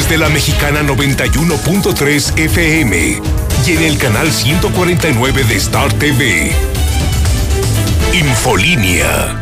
través de la Mexicana 91.3 FM y en el canal 149 de Star TV. Infolínea.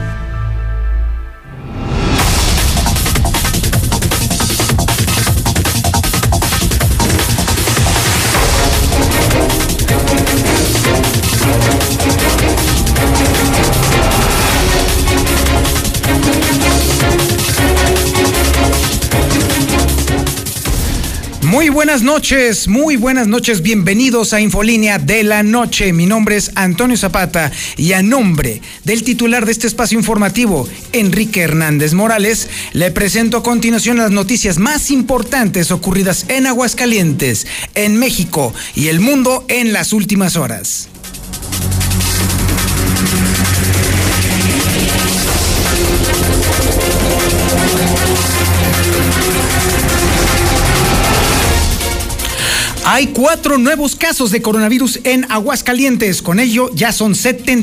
Muy buenas noches, bienvenidos a Infolínea de la Noche. Mi nombre es Antonio Zapata y a nombre del titular de este espacio informativo, Enrique Hernández Morales, le presento a continuación las noticias más importantes ocurridas en Aguascalientes, en México y el mundo en las últimas horas. Hay 4 nuevos casos de coronavirus en Aguascalientes. Con ello ya son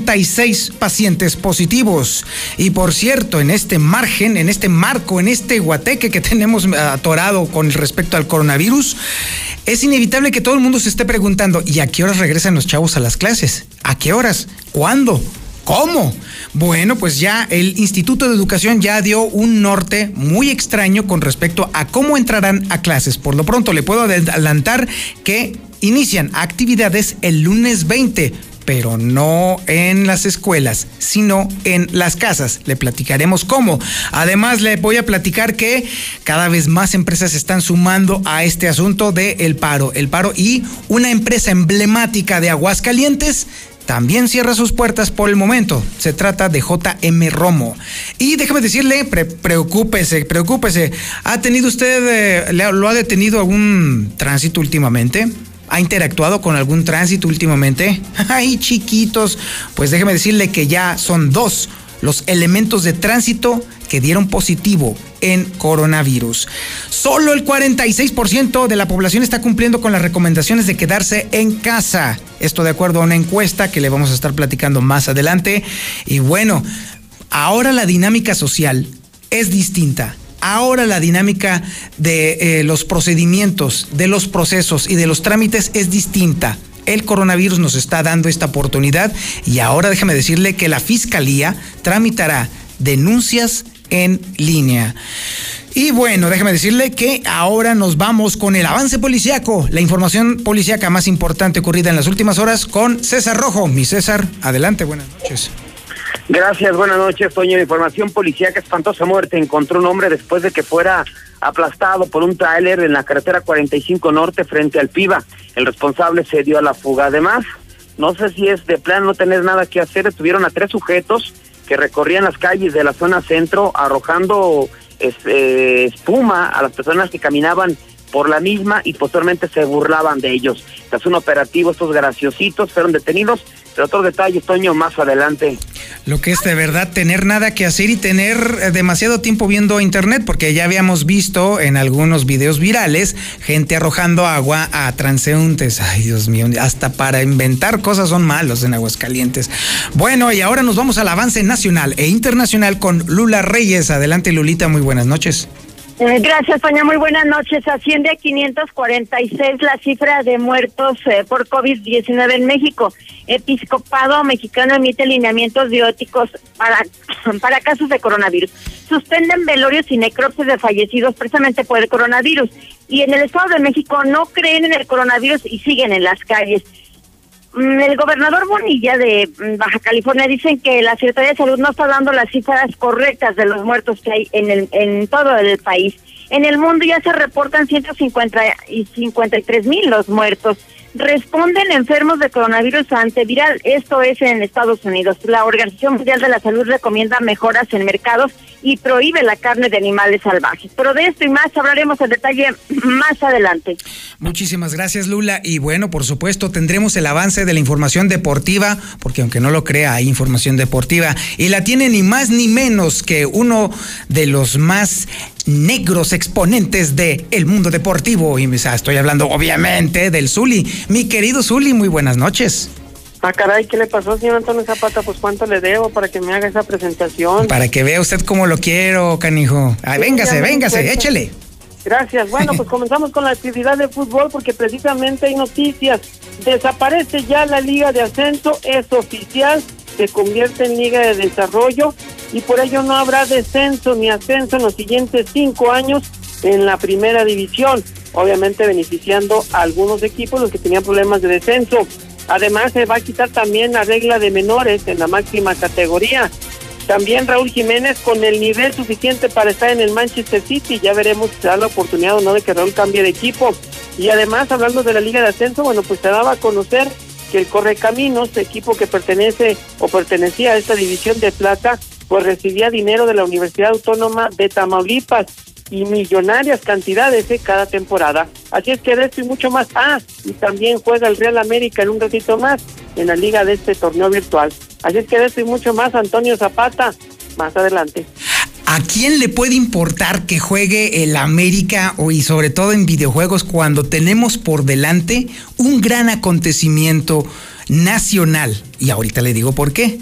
76 pacientes positivos. Y por cierto, en este margen, en este marco, en este guateque que tenemos atorado con respecto al coronavirus, es inevitable que todo el mundo se esté preguntando, ¿y a qué horas regresan los chavos a las clases? ¿A qué horas? ¿Cuándo? ¿Cómo? Bueno, pues ya el Instituto de Educación ya dio un norte muy extraño con respecto a cómo entrarán a clases. Por lo pronto le puedo adelantar que inician actividades el lunes 20, pero no en las escuelas, sino en las casas. Le platicaremos cómo. Además, le voy a platicar que cada vez más empresas se están sumando a este asunto del paro. El paro, y una empresa emblemática de Aguascalientes también cierra sus puertas por el momento. Se trata de JM Romo. Y déjeme decirle, preocúpese. ¿Ha tenido usted, lo ha detenido algún tránsito últimamente? ¿Ha interactuado con algún tránsito últimamente? ¡Ay, chiquitos! Pues déjeme decirle que ya son 2 los elementos de tránsito que dieron positivo en coronavirus. Solo el 46% de la población está cumpliendo con las recomendaciones de quedarse en casa. Esto de acuerdo a una encuesta que le vamos a estar platicando más adelante. Y bueno, ahora la dinámica social es distinta. Ahora la dinámica de los procedimientos, de los procesos y de los trámites es distinta. El coronavirus nos está dando esta oportunidad y ahora déjame decirle que la Fiscalía tramitará denuncias en línea. Y bueno, déjame decirle que ahora nos vamos con el avance policíaco, la información policíaca más importante ocurrida en las últimas horas con César Rojo. Mi César, adelante, buenas noches. Gracias, buenas noches, Toño. Información policíaca: espantosa muerte encontró un hombre después de que fuera aplastado por un tráiler en la carretera 45 Norte frente al Piva. El responsable se dio a la fuga. Además, no sé si es de plano no tener nada que hacer, detuvieron a 3 sujetos que recorrían las calles de la zona centro arrojando espuma a las personas que caminaban por la misma y posteriormente se burlaban de ellos. Tras un operativo, estos graciositos fueron detenidos. Pero otros detalles, Toño, más adelante. Lo que es de verdad tener nada que hacer y tener demasiado tiempo viendo internet, porque ya habíamos visto en algunos videos virales gente arrojando agua a transeúntes. Ay, Dios mío, hasta para inventar cosas son malos en Aguascalientes. Bueno, y ahora nos vamos al avance nacional e internacional con Lula Reyes. Adelante, Lulita, muy buenas noches. Gracias, Toña. Muy buenas noches. Asciende a 546 la cifra de muertos por COVID-19 en México. Episcopado mexicano emite lineamientos bióticos para casos de coronavirus. Suspenden velorios y necropsias de fallecidos precisamente por el coronavirus. Y en el Estado de México no creen en el coronavirus y siguen en las calles. El gobernador Bonilla de Baja California dicen que la Secretaría de Salud no está dando las cifras correctas de los muertos que hay en todo el país. En el mundo ya se reportan 153,000 los muertos. Responden enfermos de coronavirus antiviral, esto es en Estados Unidos. La Organización Mundial de la Salud recomienda mejoras en mercados y prohíbe la carne de animales salvajes. Pero de esto y más hablaremos en detalle más adelante. Muchísimas gracias, Lula. Y bueno, por supuesto, tendremos el avance de la información deportiva, porque aunque no lo crea, hay información deportiva. Y la tiene ni más ni menos que uno de los más negros exponentes de el mundo deportivo. Y estoy hablando, obviamente, del Zuli. Mi querido Zuli, muy buenas noches. Ah, caray, ¿qué le pasó, señor Antonio Zapata? Pues cuánto le debo para que me haga esa presentación. Para que vea usted cómo lo quiero, canijo. Véngase, échele. Gracias. Bueno, pues comenzamos con la actividad de fútbol porque precisamente hay noticias. Desaparece ya la Liga de Ascenso, es oficial, se convierte en Liga de Desarrollo y por ello no habrá descenso ni ascenso en los siguientes 5 años en la primera división, obviamente beneficiando a algunos equipos los que tenían problemas de descenso. Además se va a quitar también la regla de menores en la máxima categoría. También Raúl Jiménez con el nivel suficiente para estar en el Manchester City, ya veremos si se da la oportunidad o no de que Raúl cambie de equipo. Y además, hablando de la Liga de Ascenso, bueno, pues se daba a conocer que el Correcaminos, equipo que pertenecía a esta división de plata, pues recibía dinero de la Universidad Autónoma de Tamaulipas y millonarias cantidades cada temporada. Así es que de esto y mucho más. Y también juega el Real América en un ratito más en la liga de este torneo virtual. Así es que de esto y mucho más, Antonio Zapata, más adelante. ¿A quién le puede importar que juegue el América y sobre todo en videojuegos cuando tenemos por delante un gran acontecimiento nacional? Y ahorita le digo por qué.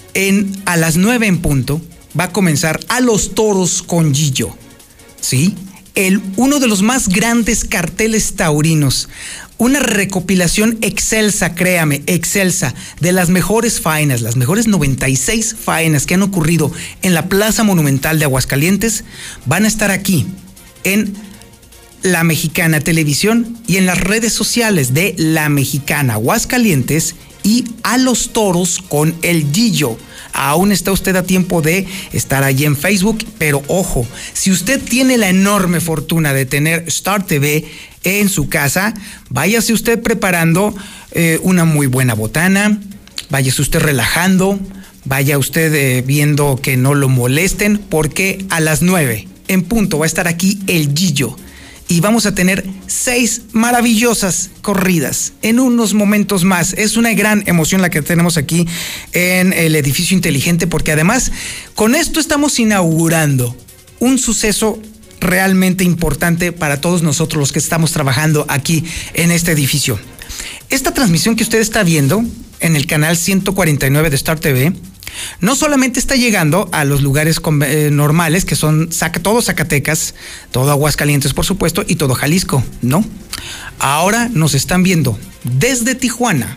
A las 9 en punto va a comenzar A los Toros con Gillo. ¿Sí? Uno de los más grandes carteles taurinos, una recopilación excelsa, créame, excelsa, de las mejores faenas, las mejores 96 faenas que han ocurrido en la Plaza Monumental de Aguascalientes, van a estar aquí, en La Mexicana Televisión y en las redes sociales de La Mexicana Aguascalientes y A los Toros con el Gillo. Aún está usted a tiempo de estar allí en Facebook, pero ojo, si usted tiene la enorme fortuna de tener Star TV en su casa, váyase usted preparando una muy buena botana, váyase usted relajando, vaya usted viendo que no lo molesten, porque a las 9 en punto va a estar aquí el Gillo. Y vamos a tener 6 maravillosas corridas en unos momentos más. Es una gran emoción la que tenemos aquí en el edificio inteligente, porque además con esto estamos inaugurando un suceso realmente importante para todos nosotros los que estamos trabajando aquí en este edificio. Esta transmisión que usted está viendo en el canal 149 de Star TV no solamente está llegando a los lugares normales, que son todo Zacatecas, todo Aguascalientes, por supuesto, y todo Jalisco, ¿no? Ahora nos están viendo desde Tijuana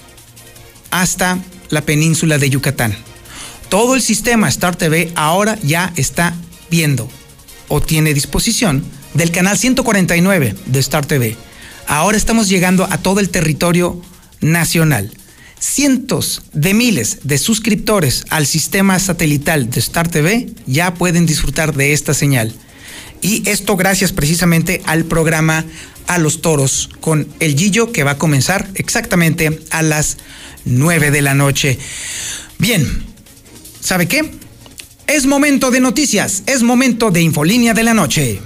hasta la península de Yucatán. Todo el sistema Star TV ahora ya está viendo o tiene disposición del canal 149 de Star TV. Ahora estamos llegando a todo el territorio nacional. Cientos de miles de suscriptores al sistema satelital de Star TV ya pueden disfrutar de esta señal. Y esto gracias precisamente al programa A los Toros con el Gillo, que va a comenzar exactamente a las 9 de la noche. Bien, ¿sabe qué? Es momento de noticias, es momento de Infolínea de la Noche.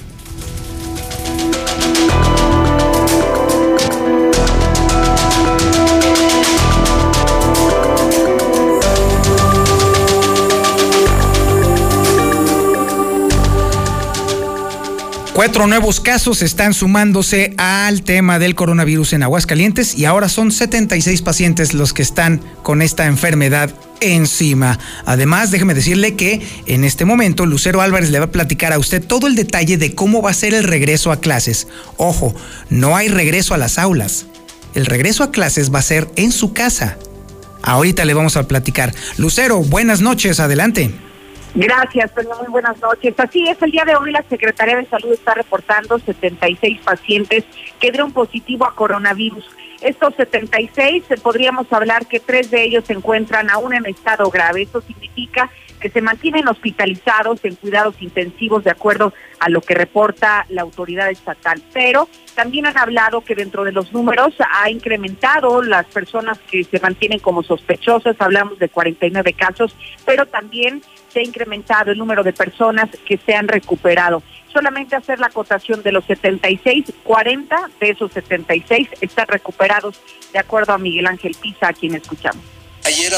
Cuatro nuevos casos están sumándose al tema del coronavirus en Aguascalientes y ahora son 76 pacientes los que están con esta enfermedad encima. Además, déjeme decirle que en este momento Lucero Álvarez le va a platicar a usted todo el detalle de cómo va a ser el regreso a clases. Ojo, no hay regreso a las aulas. El regreso a clases va a ser en su casa. Ahorita le vamos a platicar. Lucero, buenas noches, adelante. Gracias, Toño, muy buenas noches. Así es, el día de hoy la Secretaría de Salud está reportando 76 pacientes que dieron positivo a coronavirus. Estos 76, podríamos hablar que 3 de ellos se encuentran aún en estado grave. Esto significa que se mantienen hospitalizados en cuidados intensivos de acuerdo a lo que reporta la autoridad estatal. Pero también han hablado que dentro de los números ha incrementado las personas que se mantienen como sospechosas, hablamos de 49 casos, pero también se ha incrementado el número de personas que se han recuperado. Solamente hacer la acotación de los 76, 40 de esos 76 están recuperados, de acuerdo a Miguel Ángel Pisa, a quien escuchamos. Ayer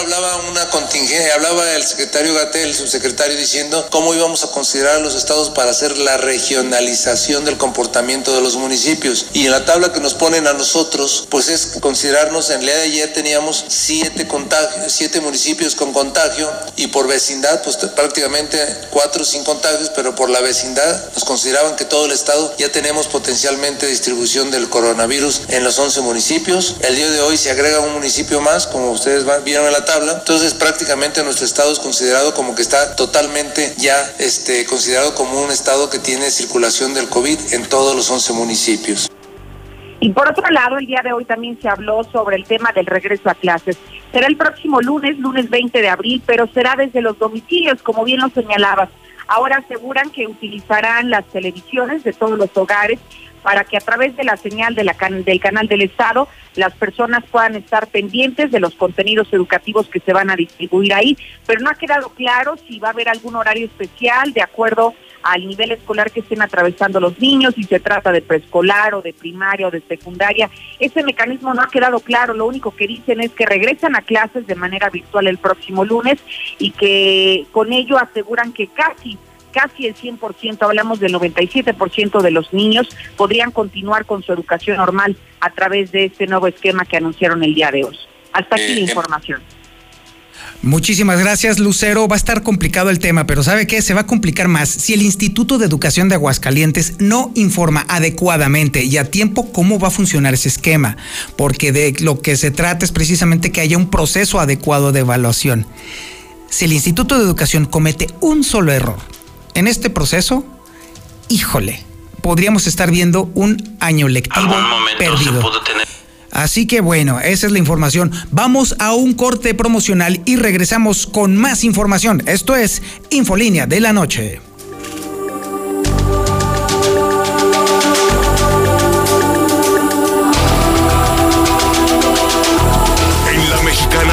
hablaba el secretario Gatell, el subsecretario, diciendo cómo íbamos a considerar a los estados para hacer la regionalización del comportamiento de los municipios. Y en la tabla que nos ponen a nosotros, pues es considerarnos, en el día de ayer teníamos 7 municipios con contagio, y por vecindad, pues prácticamente 4 sin contagios, pero por la vecindad nos consideraban que todo el estado ya tenemos potencialmente distribución del coronavirus en los 11 municipios. El día de hoy se agrega un municipio más, como ustedes vieron en la tabla. Entonces prácticamente nuestro estado es considerado como que está totalmente ya considerado como un estado que tiene circulación del COVID en todos los 11 municipios. Y por otro lado, el día de hoy también se habló sobre el tema del regreso a clases. Será el próximo lunes 20 de abril, pero será desde los domicilios, como bien lo señalabas. Ahora aseguran que utilizarán las televisiones de todos los hogares para que a través de la señal del canal del Estado las personas puedan estar pendientes de los contenidos educativos que se van a distribuir ahí, pero no ha quedado claro si va a haber algún horario especial de acuerdo al nivel escolar que estén atravesando los niños, si se trata de preescolar o de primaria o de secundaria. Ese mecanismo no ha quedado claro. Lo único que dicen es que regresan a clases de manera virtual el próximo lunes y que con ello aseguran que casi el 100%, hablamos del 97% de los niños podrían continuar con su educación normal a través de este nuevo esquema que anunciaron el día de hoy. Hasta aquí la información. Muchísimas gracias, Lucero. Va a estar complicado el tema, pero ¿sabe qué? Se va a complicar más si el Instituto de Educación de Aguascalientes no informa adecuadamente y a tiempo cómo va a funcionar ese esquema, porque de lo que se trata es precisamente que haya un proceso adecuado de evaluación. Si el Instituto de Educación comete un solo error en este proceso, híjole, podríamos estar viendo un año lectivo perdido. Así que bueno, esa es la información. Vamos a un corte promocional y regresamos con más información. Esto es Infolínea de la Noche. En la Mexicana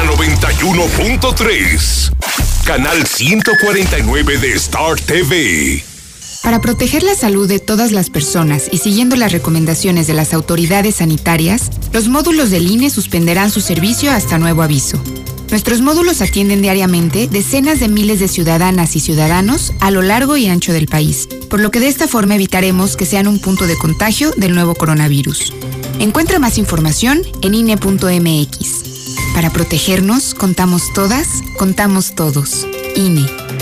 91.3, canal 149 de Star TV. Para proteger la salud de todas las personas y siguiendo las recomendaciones de las autoridades sanitarias, los módulos del INE suspenderán su servicio hasta nuevo aviso. Nuestros módulos atienden diariamente decenas de miles de ciudadanas y ciudadanos a lo largo y ancho del país, por lo que de esta forma evitaremos que sean un punto de contagio del nuevo coronavirus. Encuentra más información en INE.mx. Para protegernos, contamos todas, contamos todos. INE.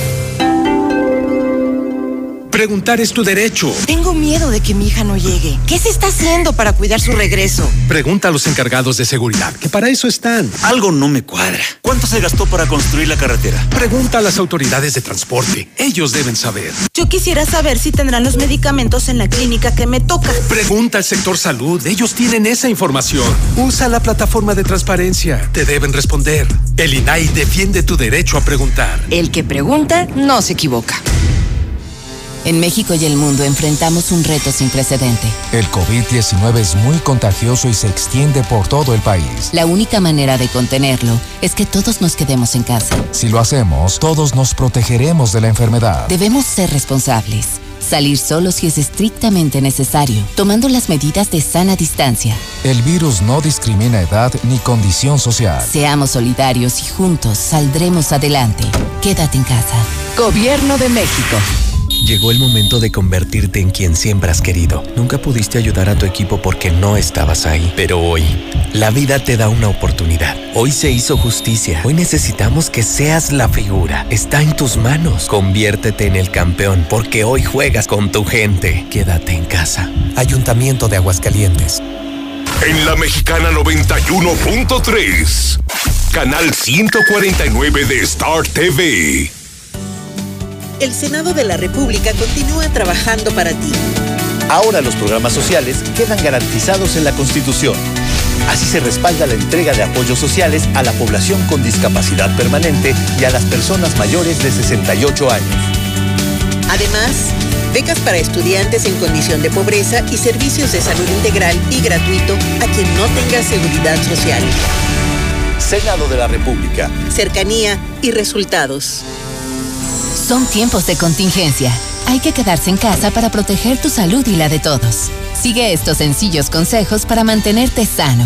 Preguntar es tu derecho. Tengo miedo de que mi hija no llegue. ¿Qué se está haciendo para cuidar su regreso? Pregunta a los encargados de seguridad, que para eso están. Algo no me cuadra. ¿Cuánto se gastó para construir la carretera? Pregunta a las autoridades de transporte. Ellos deben saber. Yo quisiera saber si tendrán los medicamentos en la clínica que me toca. Pregunta al sector salud. Ellos tienen esa información. Usa la plataforma de transparencia. Te deben responder. El INAI defiende tu derecho a preguntar. El que pregunta no se equivoca. En México y el mundo enfrentamos un reto sin precedente. El COVID-19 es muy contagioso y se extiende por todo el país. La única manera de contenerlo es que todos nos quedemos en casa. Si lo hacemos, todos nos protegeremos de la enfermedad. Debemos ser responsables. Salir solo si es estrictamente necesario, tomando las medidas de sana distancia. El virus no discrimina edad ni condición social. Seamos solidarios y juntos saldremos adelante. Quédate en casa. Gobierno de México. Llegó el momento de convertirte en quien siempre has querido. Nunca pudiste ayudar a tu equipo porque no estabas ahí. Pero hoy, la vida te da una oportunidad. Hoy se hizo justicia. Hoy necesitamos que seas la figura. Está en tus manos. Conviértete en el campeón porque hoy juegas con tu gente. Quédate en casa. Ayuntamiento de Aguascalientes. En la Mexicana 91.3, canal 149 de Star TV. El Senado de la República continúa trabajando para ti. Ahora los programas sociales quedan garantizados en la Constitución. Así se respalda la entrega de apoyos sociales a la población con discapacidad permanente y a las personas mayores de 68 años. Además, becas para estudiantes en condición de pobreza y servicios de salud integral y gratuito a quien no tenga seguridad social. Senado de la República. Cercanía y resultados. Son tiempos de contingencia. Hay que quedarse en casa para proteger tu salud y la de todos. Sigue estos sencillos consejos para mantenerte sano.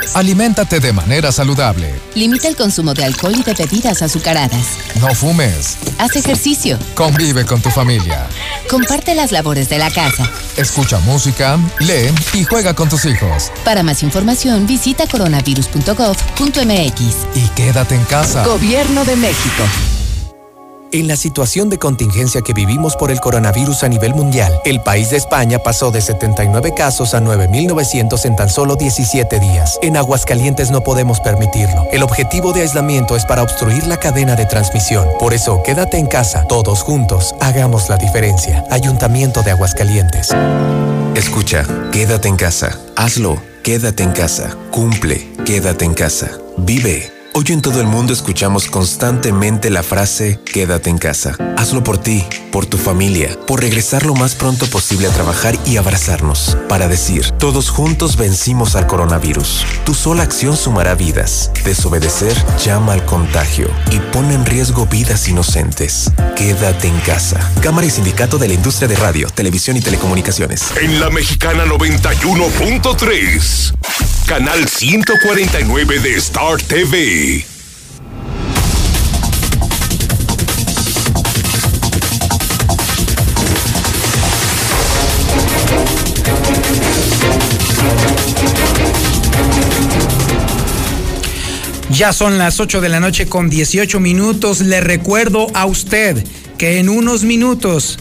Aliméntate de manera saludable. Limita el consumo de alcohol y de bebidas azucaradas. No fumes. Haz ejercicio. Convive con tu familia. Comparte las labores de la casa. Escucha música, lee y juega con tus hijos. Para más información, visita coronavirus.gov.mx. Y quédate en casa. Gobierno de México. En la situación de contingencia que vivimos por el coronavirus a nivel mundial, el país de España pasó de 79 casos a 9.900 en tan solo 17 días. En Aguascalientes no podemos permitirlo. El objetivo de aislamiento es para obstruir la cadena de transmisión. Por eso, quédate en casa. Todos juntos, hagamos la diferencia. Ayuntamiento de Aguascalientes. Escucha, quédate en casa. Hazlo, quédate en casa. Cumple, quédate en casa. Vive. Hoy en todo el mundo escuchamos constantemente la frase quédate en casa. Hazlo por ti, por tu familia, por regresar lo más pronto posible a trabajar y abrazarnos. Para decir, todos juntos vencimos al coronavirus. Tu sola acción sumará vidas. Desobedecer llama al contagio y pone en riesgo vidas inocentes. Quédate en casa. Cámara y Sindicato de la Industria de Radio, Televisión y Telecomunicaciones. En la Mexicana 91.3, canal 149 de Star TV. Ya son las 8 de la noche con 18 minutos. Le recuerdo a usted que en unos minutos,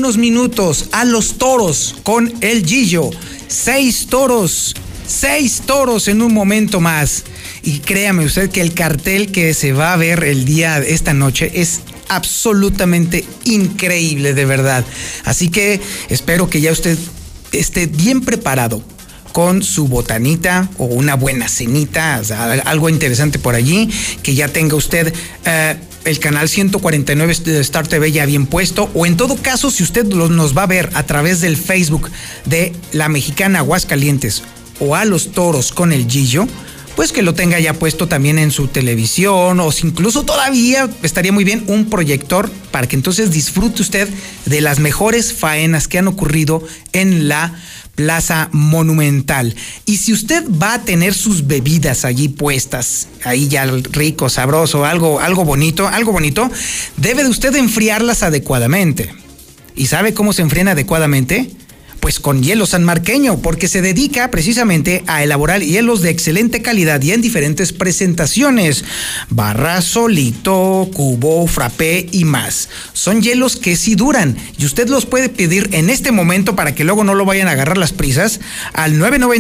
a los toros con el Gillo. 6 toros en un momento más. Y créame usted que el cartel que se va a ver esta noche es absolutamente increíble, de verdad. Así que espero que ya usted esté bien preparado con su botanita o una buena cenita, o sea, algo interesante por allí, que ya tenga usted el canal 149 de Star TV ya bien puesto, o en todo caso, si usted nos va a ver a través del Facebook de La Mexicana Aguascalientes o a los toros con el Gillo, pues que lo tenga ya puesto también en su televisión, o si incluso todavía estaría muy bien un proyector para que entonces disfrute usted de las mejores faenas que han ocurrido en la Plaza Monumental. Y si usted va a tener sus bebidas allí puestas, ahí ya rico, sabroso, algo bonito, debe de usted enfriarlas adecuadamente. ¿Y sabe cómo se enfrían adecuadamente? Pues con hielo sanmarqueño, porque se dedica precisamente a elaborar hielos de excelente calidad y en diferentes presentaciones: barra, solito, cubo, frappé y más. Son hielos que sí duran y usted los puede pedir en este momento para que luego no lo vayan a agarrar las prisas al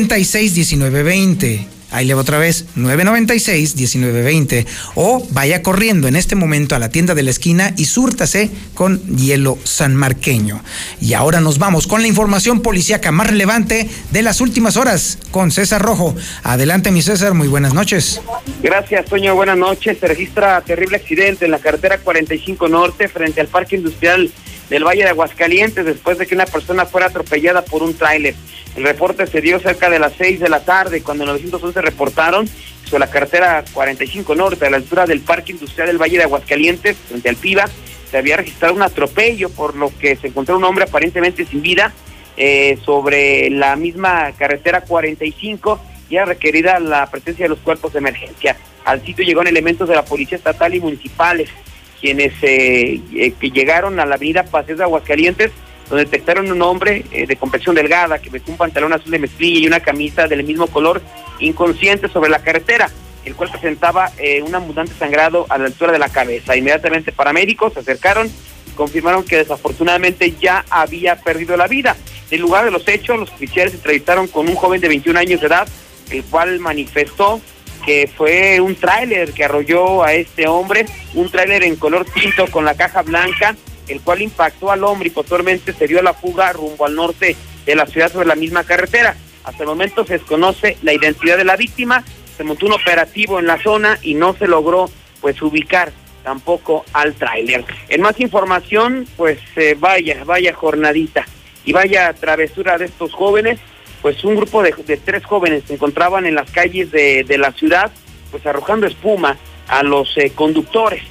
996-1920. Ahí le va otra vez, 996-1920. O vaya corriendo en este momento a la tienda de la esquina y súrtase con hielo sanmarqueño. Y ahora nos vamos con la información policíaca más relevante de las últimas horas con César Rojo. Adelante, mi César, muy buenas noches. Gracias, Toño, buenas noches. Se registra terrible accidente en la carretera 45 Norte frente al Parque Industrial del Valle de Aguascalientes después de que una persona fuera atropellada por un tráiler. El reporte se dio cerca de las 6 de la tarde, cuando 911 reportaron sobre la carretera 45 Norte, a la altura del Parque Industrial del Valle de Aguascalientes, frente al PIBA, se había registrado un atropello, por lo que se encontró un hombre aparentemente sin vida sobre la misma carretera 45, y era requerida la presencia de los cuerpos de emergencia. Al sitio llegaron elementos de la Policía Estatal y municipales, quienes que llegaron a la avenida Paseo de Aguascalientes, donde detectaron un hombre de complexión delgada que vestía un pantalón azul de mezclilla y una camisa del mismo color, inconsciente sobre la carretera, el cual presentaba un abundante sangrado a la altura de la cabeza. Inmediatamente paramédicos se acercaron y confirmaron que desafortunadamente ya había perdido la vida. En el lugar de los hechos, los oficiales se entrevistaron con un joven de 21 años de edad, el cual manifestó que fue un tráiler que arrolló a este hombre, un tráiler en color tinto con la caja blanca, el cual impactó al hombre y posteriormente se dio a la fuga rumbo al norte de la ciudad sobre la misma carretera. Hasta el momento se desconoce la identidad de la víctima, se montó un operativo en la zona y no se logró pues ubicar tampoco al tráiler. En más información, pues vaya jornadita y vaya travesura de estos jóvenes. Pues un grupo de 3 jóvenes se encontraban en las calles de la ciudad, pues arrojando espuma a los conductores,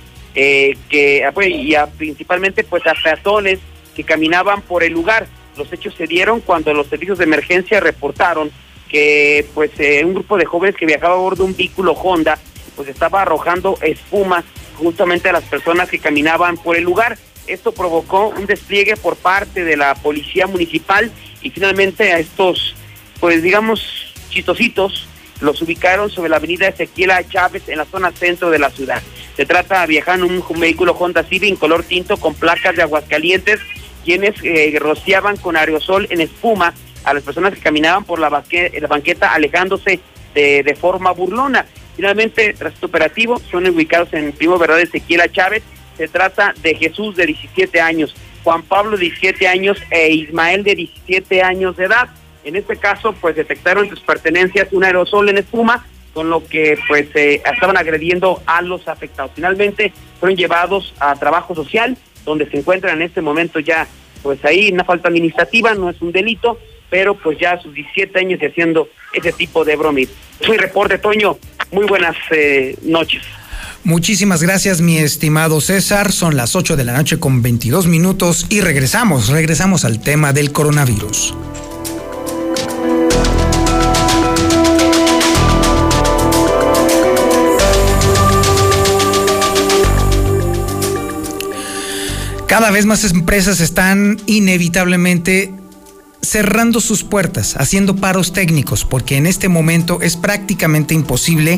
principalmente pues a peatones que caminaban por el lugar. Los hechos se dieron cuando los servicios de emergencia reportaron que pues un grupo de jóvenes que viajaba a bordo de un vehículo Honda pues estaba arrojando espuma justamente a las personas que caminaban por el lugar. Esto provocó un despliegue por parte de la policía municipal y finalmente a estos, pues digamos, chistositos los ubicaron sobre la avenida Ezequiel A. Chávez en la zona centro de la ciudad. Se trata, viajan un vehículo Honda Civic en color tinto con placas de Aguascalientes, quienes rociaban con aerosol en espuma a las personas que caminaban por la banqueta alejándose de forma burlona. Finalmente, tras este operativo, son ubicados en Primo Verdad Ezequiel A. Chávez. Se trata de Jesús, de 17 años, Juan Pablo, de 17 años, e Ismael, de 17 años de edad. En este caso, pues detectaron en sus pertenencias un aerosol en espuma, con lo que pues estaban agrediendo a los afectados. Finalmente, fueron llevados a trabajo social, donde se encuentran en este momento ya, pues ahí una falta administrativa, no es un delito, pero pues ya a sus 17 años y haciendo ese tipo de bromis. Soy reporte, Toño. Muy buenas noches. Muchísimas gracias, mi estimado César. Son las 8 de la noche con 22 minutos y regresamos al tema del coronavirus. Cada vez más empresas están inevitablemente cerrando sus puertas, haciendo paros técnicos, porque en este momento es prácticamente imposible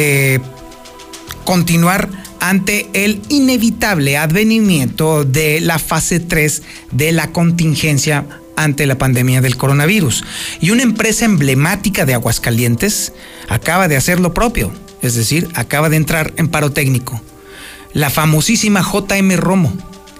continuar ante el inevitable advenimiento de la fase 3 de la contingencia ante la pandemia del coronavirus. Y una empresa emblemática de Aguascalientes acaba de hacer lo propio, es decir, acaba de entrar en paro técnico. La famosísima JM Romo.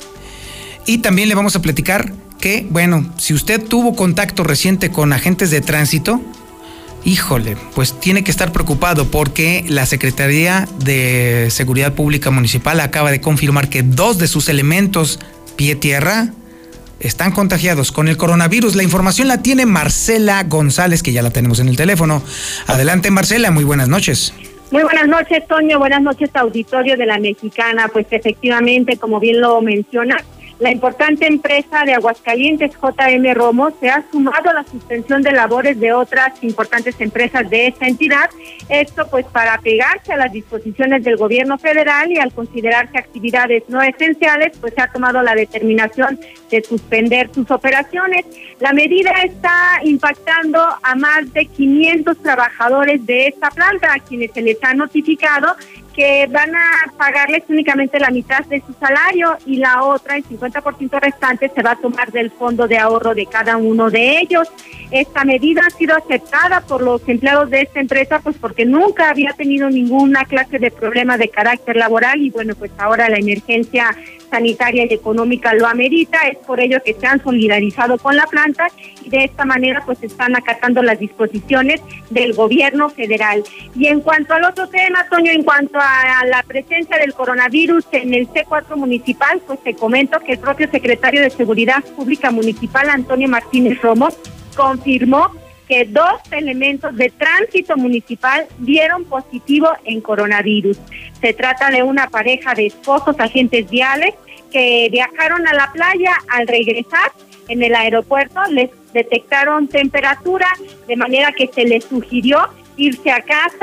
Y también le vamos a platicar que, bueno, si usted tuvo contacto reciente con agentes de tránsito, híjole, pues tiene que estar preocupado porque la Secretaría de Seguridad Pública Municipal acaba de confirmar que 2 de sus elementos pie-tierra están contagiados con el coronavirus. La información la tiene Marcela González, que ya la tenemos en el teléfono. Adelante, Marcela, muy buenas noches. Muy buenas noches, Toño. Buenas noches, auditorio de La Mexicana. Pues efectivamente, como bien lo menciona, la importante empresa de Aguascalientes, JM Romo, se ha sumado a la suspensión de labores de otras importantes empresas de esta entidad. Esto pues para apegarse a las disposiciones del gobierno federal, y al considerarse actividades no esenciales, pues se ha tomado la determinación de suspender sus operaciones. La medida está impactando a más de 500 trabajadores de esta planta, a quienes se les ha notificado que van a pagarles únicamente la mitad de su salario, y la otra, el 50% restante, se va a tomar del fondo de ahorro de cada uno de ellos. Esta medida ha sido aceptada por los empleados de esta empresa, pues porque nunca había tenido ninguna clase de problema de carácter laboral, y bueno, pues ahora la emergencia sanitaria y económica lo amerita. Es por ello que se han solidarizado con la planta, y de esta manera pues están acatando las disposiciones del gobierno federal. Y en cuanto al otro tema, Toño, en cuanto a la presencia del coronavirus en el C4 municipal, pues te comento que el propio secretario de Seguridad Pública Municipal, Antonio Martínez Romo, confirmó que 2 elementos de tránsito municipal dieron positivo en coronavirus. Se trata de una pareja de esposos agentes viales que viajaron a la playa. Al regresar en el aeropuerto les detectaron temperatura, de manera que se les sugirió irse a casa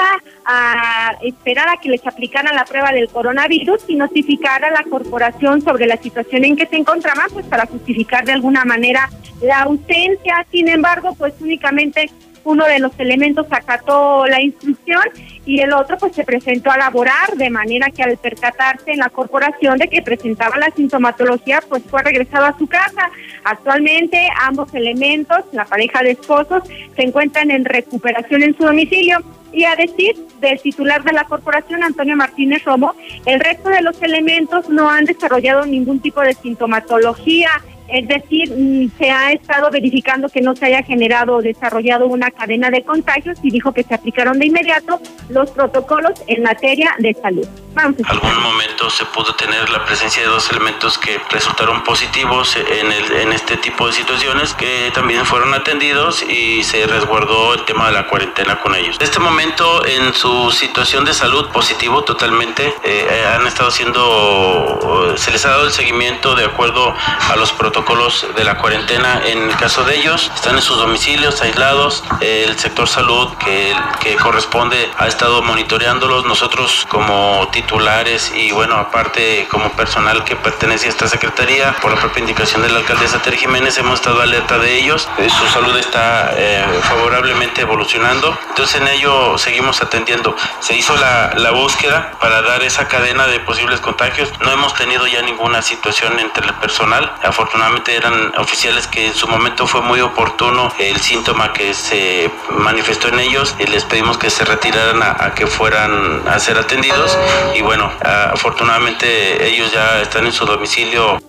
a esperar a que les aplicaran la prueba del coronavirus y notificar a la corporación sobre la situación en que se encontraban, pues para justificar de alguna manera la ausencia. Sin embargo, pues únicamente uno de los elementos acató la instrucción y el otro pues se presentó a laborar, de manera que al percatarse en la corporación de que presentaba la sintomatología, pues fue regresado a su casa. Actualmente ambos elementos, la pareja de esposos, se encuentran en recuperación en su domicilio. Y a decir del titular de la corporación, Antonio Martínez Romo, el resto de los elementos no han desarrollado ningún tipo de sintomatología. Es decir, se ha estado verificando que no se haya generado o desarrollado una cadena de contagios, y dijo que se aplicaron de inmediato los protocolos en materia de salud. Vamos a algún momento se pudo tener la presencia de 2 elementos que resultaron positivos en este tipo de situaciones, que también fueron atendidos y se resguardó el tema de la cuarentena con ellos. En este momento, en su situación de salud, positivo totalmente, han estado se les ha dado el seguimiento de acuerdo a los protocolos protocolos de la cuarentena en el caso de ellos. Están en sus domicilios aislados. El sector salud que corresponde ha estado monitoreándolos. Nosotros como titulares y bueno, aparte como personal que pertenece a esta secretaría, por la propia indicación de la alcaldesa Tere Jiménez, hemos estado alerta de ellos. Su salud está favorablemente evolucionando. Entonces en ello seguimos atendiendo. Se hizo la búsqueda para dar esa cadena de posibles contagios. No hemos tenido ya ninguna situación entre el personal. Afortunadamente eran oficiales que en su momento fue muy oportuno el síntoma que se manifestó en ellos y les pedimos que se retiraran a que fueran a ser atendidos y bueno, afortunadamente ellos ya están en su domicilio.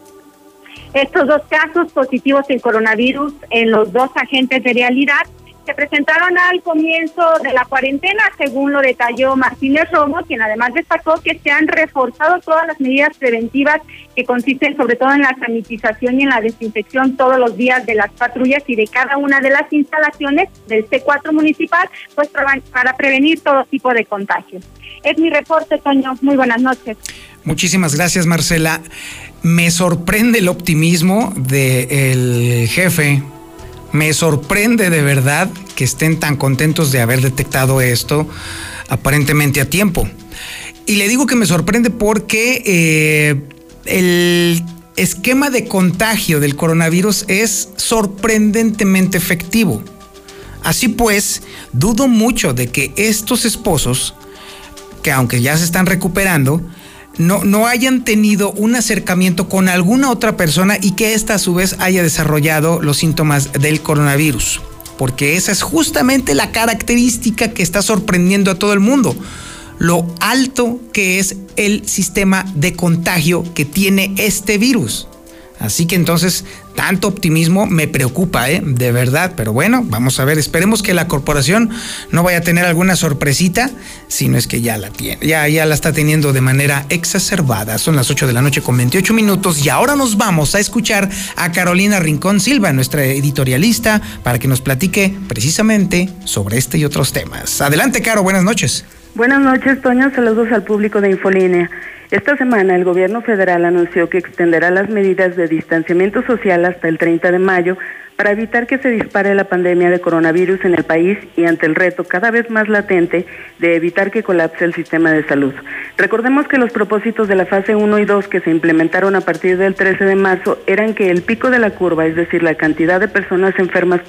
Estos 2 casos positivos en coronavirus en los 2 agentes de realidad se presentaron al comienzo de la cuarentena, según lo detalló Martínez Romo, quien además destacó que se han reforzado todas las medidas preventivas que consisten sobre todo en la sanitización y en la desinfección todos los días de las patrullas y de cada una de las instalaciones del C4 municipal, pues para prevenir todo tipo de contagios. Es mi reporte, Toño. Muy buenas noches. Muchísimas gracias, Marcela. Me sorprende el optimismo del jefe. Me sorprende de verdad que estén tan contentos de haber detectado esto aparentemente a tiempo. Y le digo que me sorprende porque el esquema de contagio del coronavirus es sorprendentemente efectivo. Así pues, dudo mucho de que estos esposos, que aunque ya se están recuperando, no hayan tenido un acercamiento con alguna otra persona y que ésta a su vez haya desarrollado los síntomas del coronavirus. Porque esa es justamente la característica que está sorprendiendo a todo el mundo. Lo alto que es el sistema de contagio que tiene este virus. Así que entonces, tanto optimismo me preocupa, de verdad. Pero bueno, vamos a ver, esperemos que la corporación no vaya a tener alguna sorpresita, sino es que ya la tiene, ya la está teniendo de manera exacerbada. Son las 8:28 p.m. y ahora nos vamos a escuchar a Carolina Rincón Silva, nuestra editorialista, para que nos platique precisamente sobre este y otros temas. Adelante, Caro, buenas noches. Buenas noches, Toño, saludos al público de Infolínea. Esta semana el gobierno federal anunció que extenderá las medidas de distanciamiento social hasta el 30 de mayo para evitar que se dispare la pandemia de coronavirus en el país y ante el reto cada vez más latente de evitar que colapse el sistema de salud. Recordemos que los propósitos de la fase 1 y 2 que se implementaron a partir del 13 de marzo eran que el pico de la curva, es decir, la cantidad de personas enfermas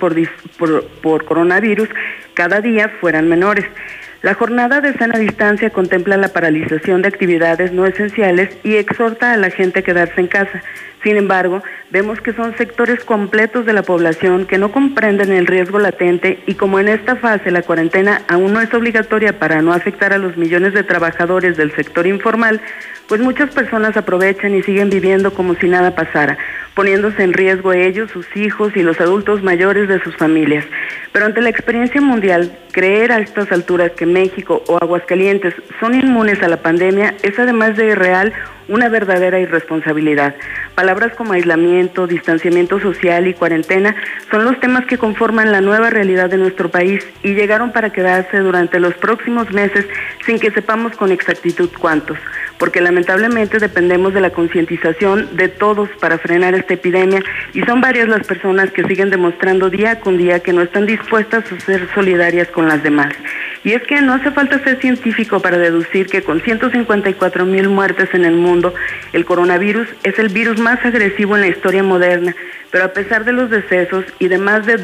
por coronavirus, cada día fueran menores. La jornada de sana distancia contempla la paralización de actividades no esenciales y exhorta a la gente a quedarse en casa. Sin embargo, vemos que son sectores completos de la población que no comprenden el riesgo latente y como en esta fase la cuarentena aún no es obligatoria para no afectar a los millones de trabajadores del sector informal, pues muchas personas aprovechan y siguen viviendo como si nada pasara, poniéndose en riesgo ellos, sus hijos y los adultos mayores de sus familias. Pero ante la experiencia mundial, creer a estas alturas que México o Aguascalientes son inmunes a la pandemia es además de irreal una verdadera irresponsabilidad. Palabras como aislamiento, distanciamiento social y cuarentena son los temas que conforman la nueva realidad de nuestro país y llegaron para quedarse durante los próximos meses sin que sepamos con exactitud cuántos, porque lamentablemente dependemos de la concientización de todos para frenar esta epidemia y son varias las personas que siguen demostrando día con día que no están dispuestas a ser solidarias con las demás. Y es que no hace falta ser científico para deducir que con 154,000 muertes en el mundo, el coronavirus es el virus más agresivo en la historia moderna, pero a pesar de los decesos y de más de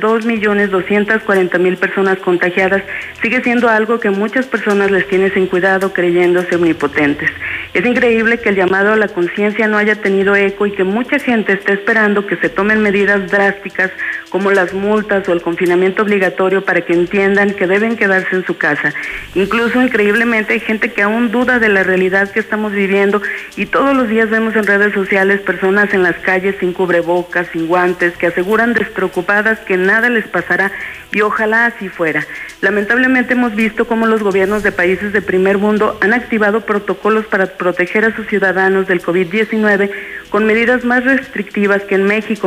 2.240.000 personas contagiadas, sigue siendo algo que muchas personas les tienen sin cuidado creyéndose omnipotentes. Es increíble que el llamado a la conciencia no haya tenido eco y que mucha gente esté esperando que se tomen medidas drásticas como las multas o el confinamiento obligatorio para que entiendan que deben quedarse en su casa. Incluso, increíblemente, hay gente que aún duda de la realidad que estamos viviendo y todos los días vemos en redes sociales personas en las calles sin cubrebocas, sin guantes, que aseguran despreocupadas que nada les pasará y ojalá así fuera. Lamentablemente hemos visto cómo los gobiernos de países de primer mundo han activado protocolos para proteger a sus ciudadanos del COVID-19 con medidas más restrictivas que en México,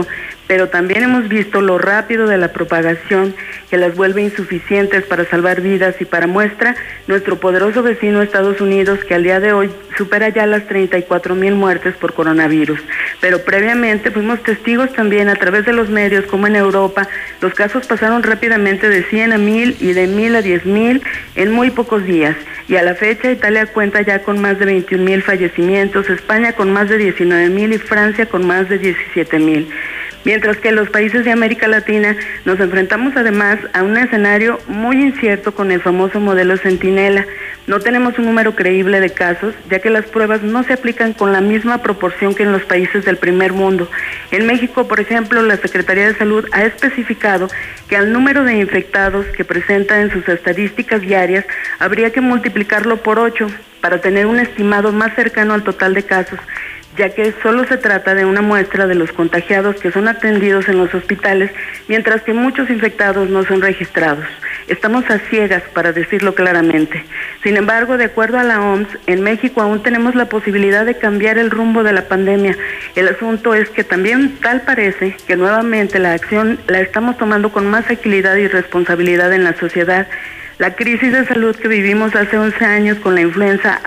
pero también hemos visto lo rápido de la propagación que las vuelve insuficientes para salvar vidas, y para muestra, nuestro poderoso vecino Estados Unidos, que al día de hoy supera ya las 34,000 muertes por coronavirus. Pero previamente fuimos testigos también a través de los medios como en Europa los casos pasaron rápidamente de 100 a 1000 y de 1000 a 10,000 en muy pocos días. Y a la fecha Italia cuenta ya con más de 21,000 fallecimientos, España con más de 19,000 y Francia con más de 17,000. Mientras que en los países de América Latina nos enfrentamos además a un escenario muy incierto con el famoso modelo Centinela. No tenemos un número creíble de casos, ya que las pruebas no se aplican con la misma proporción que en los países del primer mundo. En México, por ejemplo, la Secretaría de Salud ha especificado que al número de infectados que presenta en sus estadísticas diarias habría que multiplicarlo por 8 para tener un estimado más cercano al total de casos, ya que solo se trata de una muestra de los contagiados que son atendidos en los hospitales, mientras que muchos infectados no son registrados. Estamos a ciegas, para decirlo claramente. Sin embargo, de acuerdo a la OMS, en México aún tenemos la posibilidad de cambiar el rumbo de la pandemia. El asunto es que también tal parece que nuevamente la acción la estamos tomando con más agilidad y responsabilidad en la sociedad. La crisis de salud que vivimos hace 11 años con la influenza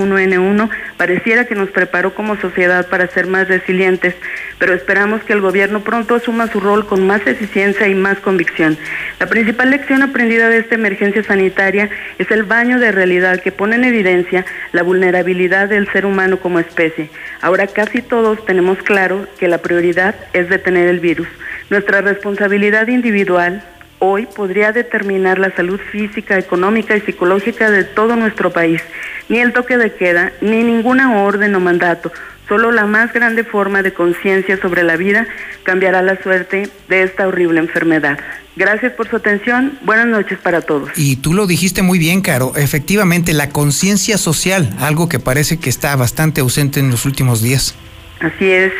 H1N1 pareciera que nos preparó como sociedad para ser más resilientes, pero esperamos que el gobierno pronto asuma su rol con más eficiencia y más convicción. La principal lección aprendida de esta emergencia sanitaria es el baño de realidad que pone en evidencia la vulnerabilidad del ser humano como especie. Ahora casi todos tenemos claro que la prioridad es detener el virus. Nuestra responsabilidad individual hoy podría determinar la salud física, económica y psicológica de todo nuestro país. Ni el toque de queda, ni ninguna orden o mandato, solo la más grande forma de conciencia sobre la vida cambiará la suerte de esta horrible enfermedad. Gracias por su atención, buenas noches para todos. Y tú lo dijiste muy bien, Caro, efectivamente la conciencia social, algo que parece que está bastante ausente en los últimos días. Así es.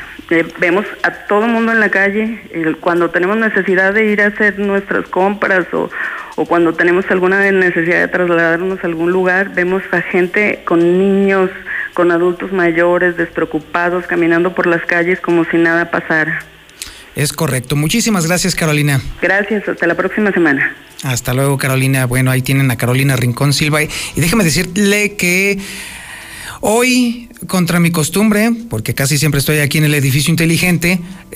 Vemos a todo mundo en la calle cuando tenemos necesidad de ir a hacer nuestras compras o cuando tenemos alguna necesidad de trasladarnos a algún lugar, vemos a gente con niños, con adultos mayores, despreocupados, caminando por las calles como si nada pasara. Es correcto. Muchísimas gracias, Carolina. Gracias, hasta la próxima semana. Hasta luego, Carolina. Bueno, ahí tienen a Carolina Rincón Silva. Y déjame decirle que hoy, contra mi costumbre, porque casi siempre estoy aquí en el edificio inteligente,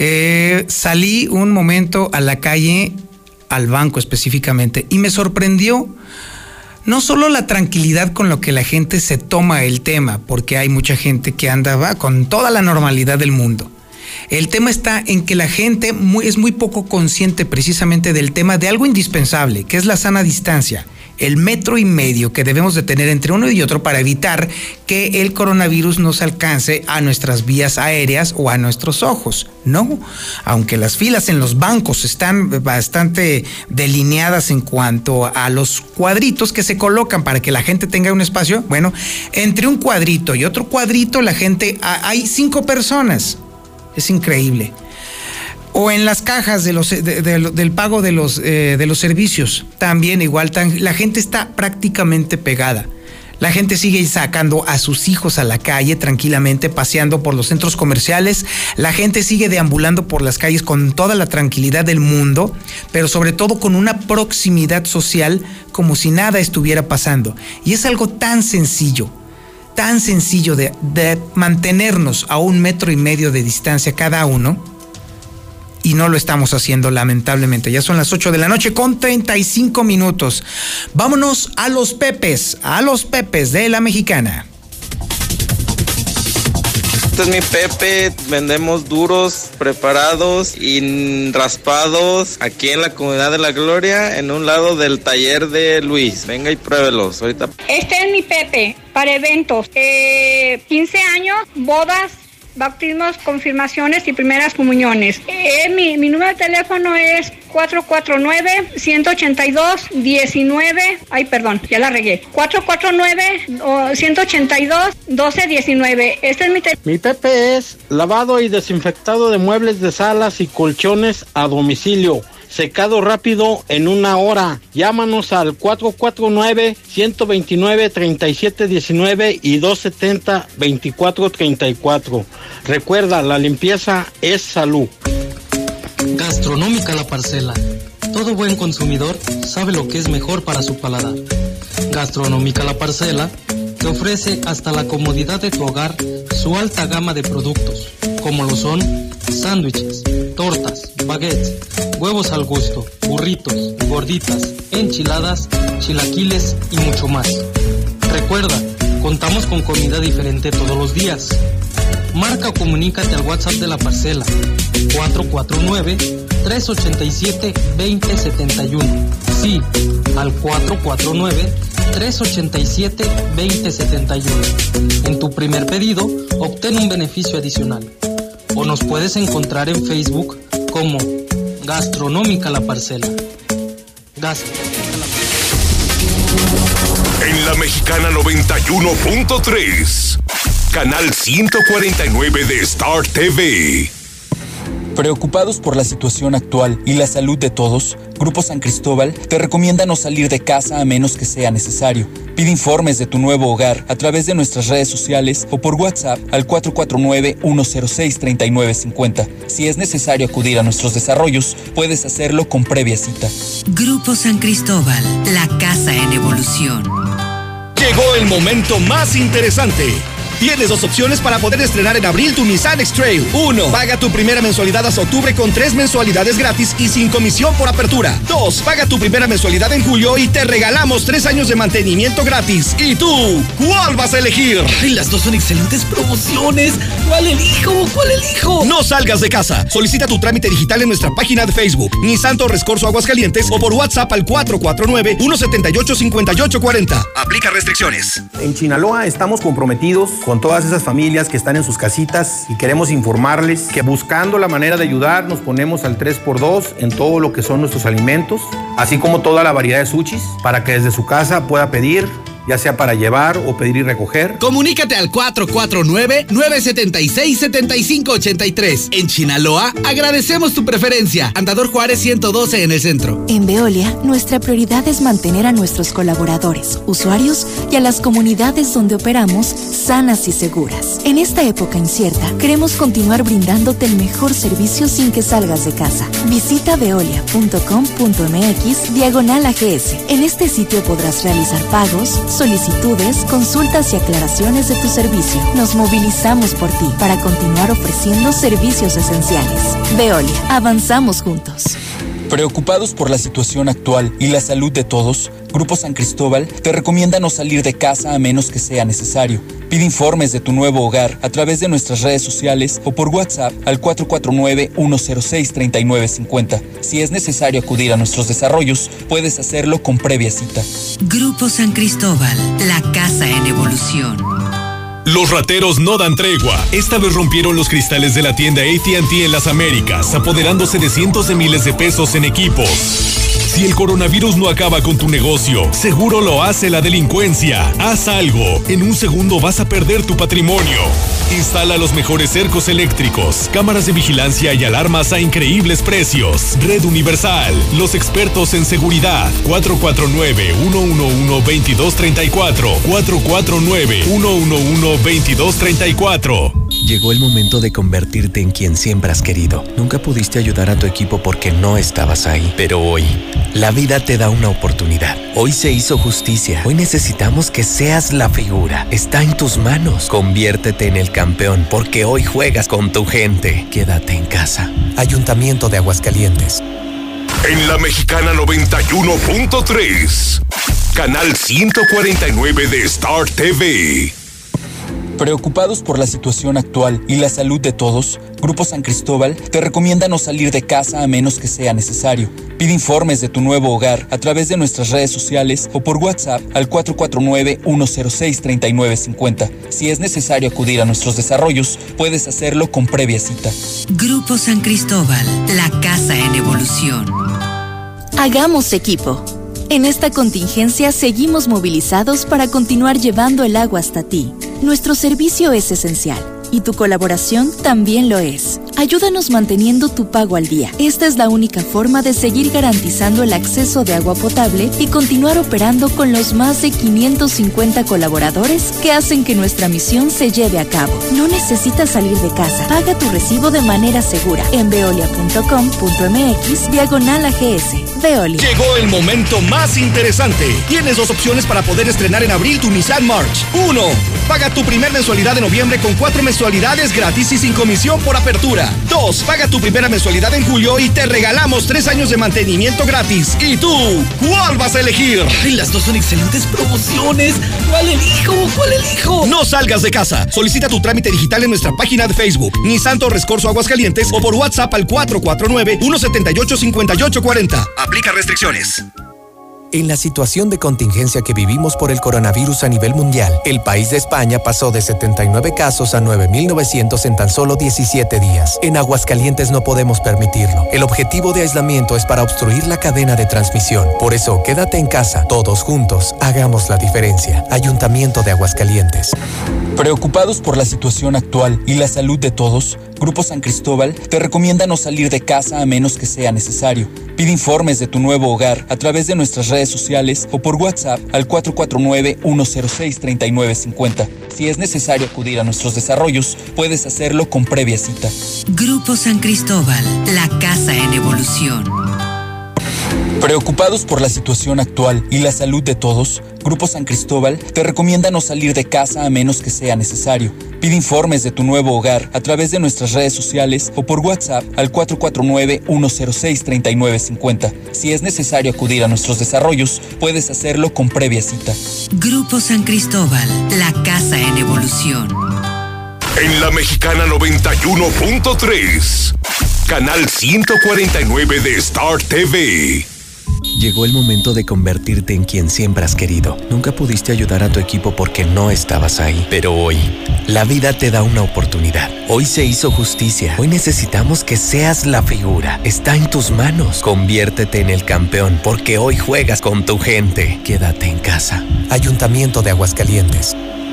salí un momento a la calle, al banco específicamente, y me sorprendió no solo la tranquilidad con lo que la gente se toma el tema, porque hay mucha gente que andaba con toda la normalidad del mundo. El tema está en que la gente es muy poco consciente precisamente del tema de algo indispensable, que es la sana distancia. El 1.5 metros que debemos de tener entre uno y otro para evitar que el coronavirus nos alcance a nuestras vías aéreas o a nuestros ojos. No, aunque las filas en los bancos están bastante delineadas en cuanto a los cuadritos que se colocan para que la gente tenga un espacio, bueno, entre un cuadrito y otro cuadrito la gente, hay 5 personas. Es increíble. O en las cajas del pago de los servicios, también igual, la gente está prácticamente pegada. La gente sigue sacando a sus hijos a la calle tranquilamente, paseando por los centros comerciales. La gente sigue deambulando por las calles con toda la tranquilidad del mundo, pero sobre todo con una proximidad social como si nada estuviera pasando. Y es algo tan sencillo de mantenernos a 1,5 metros de distancia cada uno. Y no lo estamos haciendo, lamentablemente. Ya son las 8 de la noche con 35 minutos. Vámonos a los Pepes de la Mexicana. Este es mi Pepe, vendemos duros, preparados y raspados aquí en la Comunidad de la Gloria, en un lado del taller de Luis. Venga y pruébelos ahorita. Este es mi Pepe, para eventos, 15 años, bodas, bautismos, confirmaciones y primeras comuniones. Mi número de teléfono es 449-182-19. Ay, perdón, ya la regué. 449-182-1219. Este es mi teléfono. Mi Pepe es lavado y desinfectado de muebles de salas y colchones a domicilio. Secado rápido en 1 hora. Llámanos al 449-129-3719 y 270-2434. Recuerda, la limpieza es salud. Gastronómica La Parcela. Todo buen consumidor sabe lo que es mejor para su paladar. Gastronómica La Parcela te ofrece hasta la comodidad de tu hogar su alta gama de productos, como lo son sándwiches, tortas, baguettes, huevos al gusto, burritos, gorditas, enchiladas, chilaquiles y mucho más. Recuerda, contamos con comida diferente todos los días. Marca o comunícate al WhatsApp de La Parcela 449-387-2071. Sí, al 449-387-2071. En tu primer pedido, obtén un beneficio adicional. O nos puedes encontrar en Facebook como Gastronómica La Parcela. En la Mexicana 91.3, canal 149 de Star TV. Preocupados por la situación actual y la salud de todos, Grupo San Cristóbal te recomienda no salir de casa a menos que sea necesario. Pide informes de tu nuevo hogar a través de nuestras redes sociales o por WhatsApp al 449-106-3950. Si es necesario acudir a nuestros desarrollos, puedes hacerlo con previa cita. Grupo San Cristóbal, la casa en evolución. Llegó el momento más interesante. Tienes dos opciones para poder estrenar en abril tu Nissan X-Trail. 1. Paga tu primera mensualidad hasta octubre con 3 mensualidades gratis y sin comisión por apertura. 2. Paga tu primera mensualidad en julio y te regalamos 3 años de mantenimiento gratis. ¿Y tú? ¿Cuál vas a elegir? Ay, las dos son excelentes promociones. ¿Cuál elijo? ¿Cuál elijo? No salgas de casa. Solicita tu trámite digital en nuestra página de Facebook, Nissan Torres Corzo Aguascalientes, o por WhatsApp al 449-178-5840. Aplica restricciones. En Chinaloa estamos comprometidos con todas esas familias que están en sus casitas y queremos informarles que buscando la manera de ayudar nos ponemos al 3x2 en todo lo que son nuestros alimentos, así como toda la variedad de sushis, para que desde su casa pueda pedir, ya sea para llevar o pedir y recoger. Comunícate al 449-976-7583. En Chinaloa, agradecemos tu preferencia. Andador Juárez 112 en el centro. En Veolia, nuestra prioridad es mantener a nuestros colaboradores, usuarios y a las comunidades donde operamos sanas y seguras. En esta época incierta, queremos continuar brindándote el mejor servicio sin que salgas de casa. Visita veolia.com.mx/AGS. En este sitio podrás realizar pagos, solicitudes, consultas y aclaraciones de tu servicio. Nos movilizamos por ti para continuar ofreciendo servicios esenciales. Veolia, avanzamos juntos. Preocupados por la situación actual y la salud de todos, Grupo San Cristóbal te recomienda no salir de casa a menos que sea necesario. Pide informes de tu nuevo hogar a través de nuestras redes sociales o por WhatsApp al 449-106-3950. Si es necesario acudir a nuestros desarrollos, puedes hacerlo con previa cita. Grupo San Cristóbal, la casa en evolución. Los rateros no dan tregua. Esta vez rompieron los cristales de la tienda AT&T en las Américas, apoderándose de cientos de miles de pesos en equipos. Si el coronavirus no acaba con tu negocio, seguro lo hace la delincuencia. Haz algo. En un segundo vas a perder tu patrimonio. Instala los mejores cercos eléctricos, cámaras de vigilancia y alarmas a increíbles precios. Red Universal, los expertos en seguridad. 449-111-2234. 449-111-2234. Llegó el momento de convertirte en quien siempre has querido. Nunca pudiste ayudar a tu equipo porque no estabas ahí. Pero hoy, la vida te da una oportunidad. Hoy se hizo justicia. Hoy necesitamos que seas la figura. Está en tus manos. Conviértete en el campeón porque hoy juegas con tu gente. Quédate en casa. Ayuntamiento de Aguascalientes. En la Mexicana 91.3, canal 149 de Star TV. Preocupados por la situación actual y la salud de todos, Grupo San Cristóbal te recomienda no salir de casa a menos que sea necesario. Pide informes de tu nuevo hogar a través de nuestras redes sociales o por WhatsApp al 449-106-3950. Si es necesario acudir a nuestros desarrollos, puedes hacerlo con previa cita. Grupo San Cristóbal, la casa en evolución. Hagamos equipo. En esta contingencia seguimos movilizados para continuar llevando el agua hasta ti. Nuestro servicio es esencial y tu colaboración también lo es. Ayúdanos manteniendo tu pago al día. Esta es la única forma de seguir garantizando el acceso de agua potable y continuar operando con los más de 550 colaboradores que hacen que nuestra misión se lleve a cabo. No necesitas salir de casa. Paga tu recibo de manera segura en veolia.com.mx/AGS. Veolia. Llegó el momento más interesante. Tienes dos opciones para poder estrenar en abril tu Nissan March. 1. Paga tu primer mensualidad de noviembre con 4 mensualidades gratis y sin comisión por apertura. 2. Paga tu primera mensualidad en julio y te regalamos 3 años de mantenimiento gratis. ¿Y tú? ¿Cuál vas a elegir? ¡Ay, las dos son excelentes promociones! ¿Cuál elijo? ¿Cuál elijo? No salgas de casa. Solicita tu trámite digital en nuestra página de Facebook, Nissan Torres Corzo Aguascalientes, o por WhatsApp al 449-178-5840. Aplica restricciones. En la situación de contingencia que vivimos por el coronavirus a nivel mundial, el país de España pasó de 79 casos a 9.900 en tan solo 17 días. En Aguascalientes no podemos permitirlo. El objetivo de aislamiento es para obstruir la cadena de transmisión. Por eso, quédate en casa. Todos juntos, hagamos la diferencia. Ayuntamiento de Aguascalientes. Preocupados por la situación actual y la salud de todos, Grupo San Cristóbal te recomienda no salir de casa a menos que sea necesario. Pide informes de tu nuevo hogar a través de nuestras redes sociales o por WhatsApp al 449-106-3950. Si es necesario acudir a nuestros desarrollos, puedes hacerlo con previa cita. Grupo San Cristóbal, la casa en evolución. Preocupados por la situación actual y la salud de todos, Grupo San Cristóbal te recomienda no salir de casa a menos que sea necesario. Pide informes de tu nuevo hogar a través de nuestras redes sociales o por WhatsApp al 449-106-3950. Si es necesario acudir a nuestros desarrollos, puedes hacerlo con previa cita. Grupo San Cristóbal, la casa en evolución. En la Mexicana 91.3, canal 149 de Star TV. Llegó el momento de convertirte en quien siempre has querido. Nunca pudiste ayudar a tu equipo porque no estabas ahí. Pero hoy, la vida te da una oportunidad. Hoy se hizo justicia. Hoy necesitamos que seas la figura. Está en tus manos. Conviértete en el campeón porque hoy juegas con tu gente. Quédate en casa. Ayuntamiento de Aguascalientes.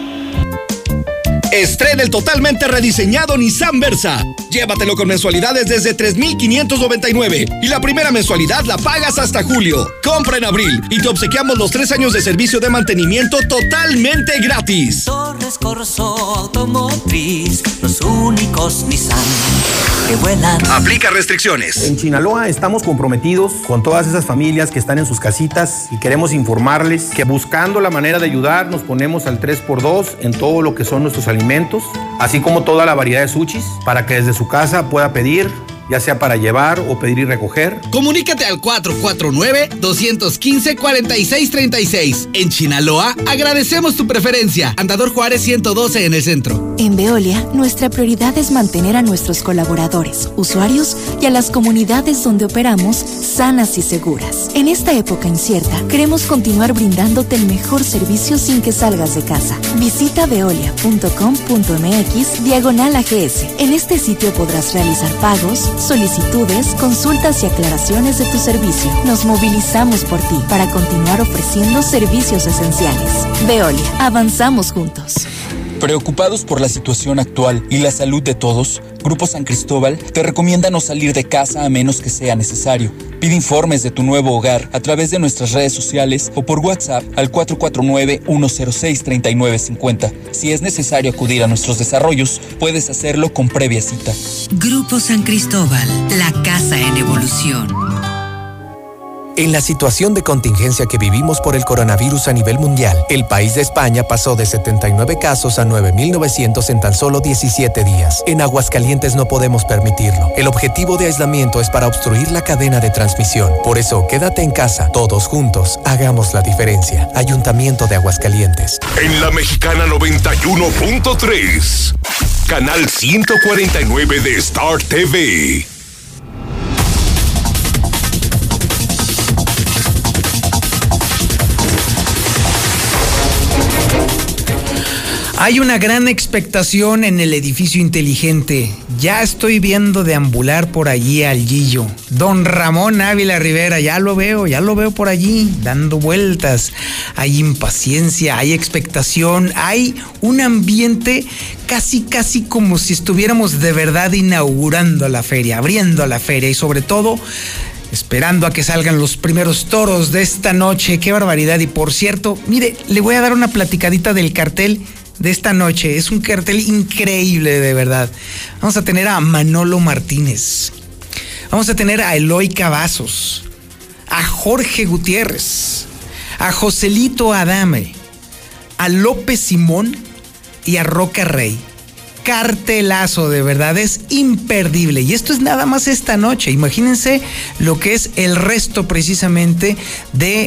Estrena el totalmente rediseñado Nissan Versa. Llévatelo con mensualidades desde 3,599 y la primera mensualidad la pagas hasta julio. Compra en abril y te obsequiamos los 3 años de servicio de mantenimiento totalmente gratis. Torres Corso Automotriz, los únicos Nissan que vuelan. Aplica restricciones. En Sinaloa estamos comprometidos con todas esas familias que están en sus casitas y queremos informarles que buscando la manera de ayudar nos ponemos al 3x2 en todo lo que son nuestros alimentos, así como toda la variedad de sushis, para que desde su casa pueda pedir, ya sea para llevar o pedir y recoger. Comunícate al 449-215-4636. En Sinaloa, agradecemos tu preferencia. Andador Juárez 112 en el centro. En Veolia, nuestra prioridad es mantener a nuestros colaboradores, usuarios y a las comunidades donde operamos sanas y seguras. En esta época incierta, queremos continuar brindándote el mejor servicio sin que salgas de casa. Visita veolia.com.mx/AGS. En este sitio podrás realizar pagos, solicitudes, consultas y aclaraciones de tu servicio. Nos movilizamos por ti para continuar ofreciendo servicios esenciales. Veolia, avanzamos juntos. Preocupados por la situación actual y la salud de todos, Grupo San Cristóbal te recomienda no salir de casa a menos que sea necesario. Pide informes de tu nuevo hogar a través de nuestras redes sociales o por WhatsApp al 449-106-3950. Si es necesario acudir a nuestros desarrollos, puedes hacerlo con previa cita. Grupo San Cristóbal, la casa en evolución. En la situación de contingencia que vivimos por el coronavirus a nivel mundial, el país de España pasó de 79 casos a 9.900 en tan solo 17 días. En Aguascalientes no podemos permitirlo. El objetivo de aislamiento es para obstruir la cadena de transmisión. Por eso, quédate en casa. Todos juntos, hagamos la diferencia. Ayuntamiento de Aguascalientes. En la Mexicana 91.3, canal 149 de Star TV. Hay una gran expectación en el edificio inteligente. Ya estoy viendo deambular por allí al Gillo. Don Ramón Ávila Rivera, ya lo veo por allí, dando vueltas. Hay impaciencia, hay expectación, hay un ambiente casi como si estuviéramos de verdad inaugurando la feria, abriendo la feria y sobre todo esperando a que salgan los primeros toros de esta noche. ¡Qué barbaridad! Y por cierto, mire, le voy a dar una platicadita del cartel de esta noche. Es un cartel increíble, de verdad. Vamos a tener a Manolo Martínez, vamos a tener a Eloy Cavazos, a Jorge Gutiérrez, a Joselito Adame, a López Simón y a Roca Rey. Cartelazo, de verdad, es imperdible. Y esto es nada más esta noche. Imagínense lo que es el resto precisamente de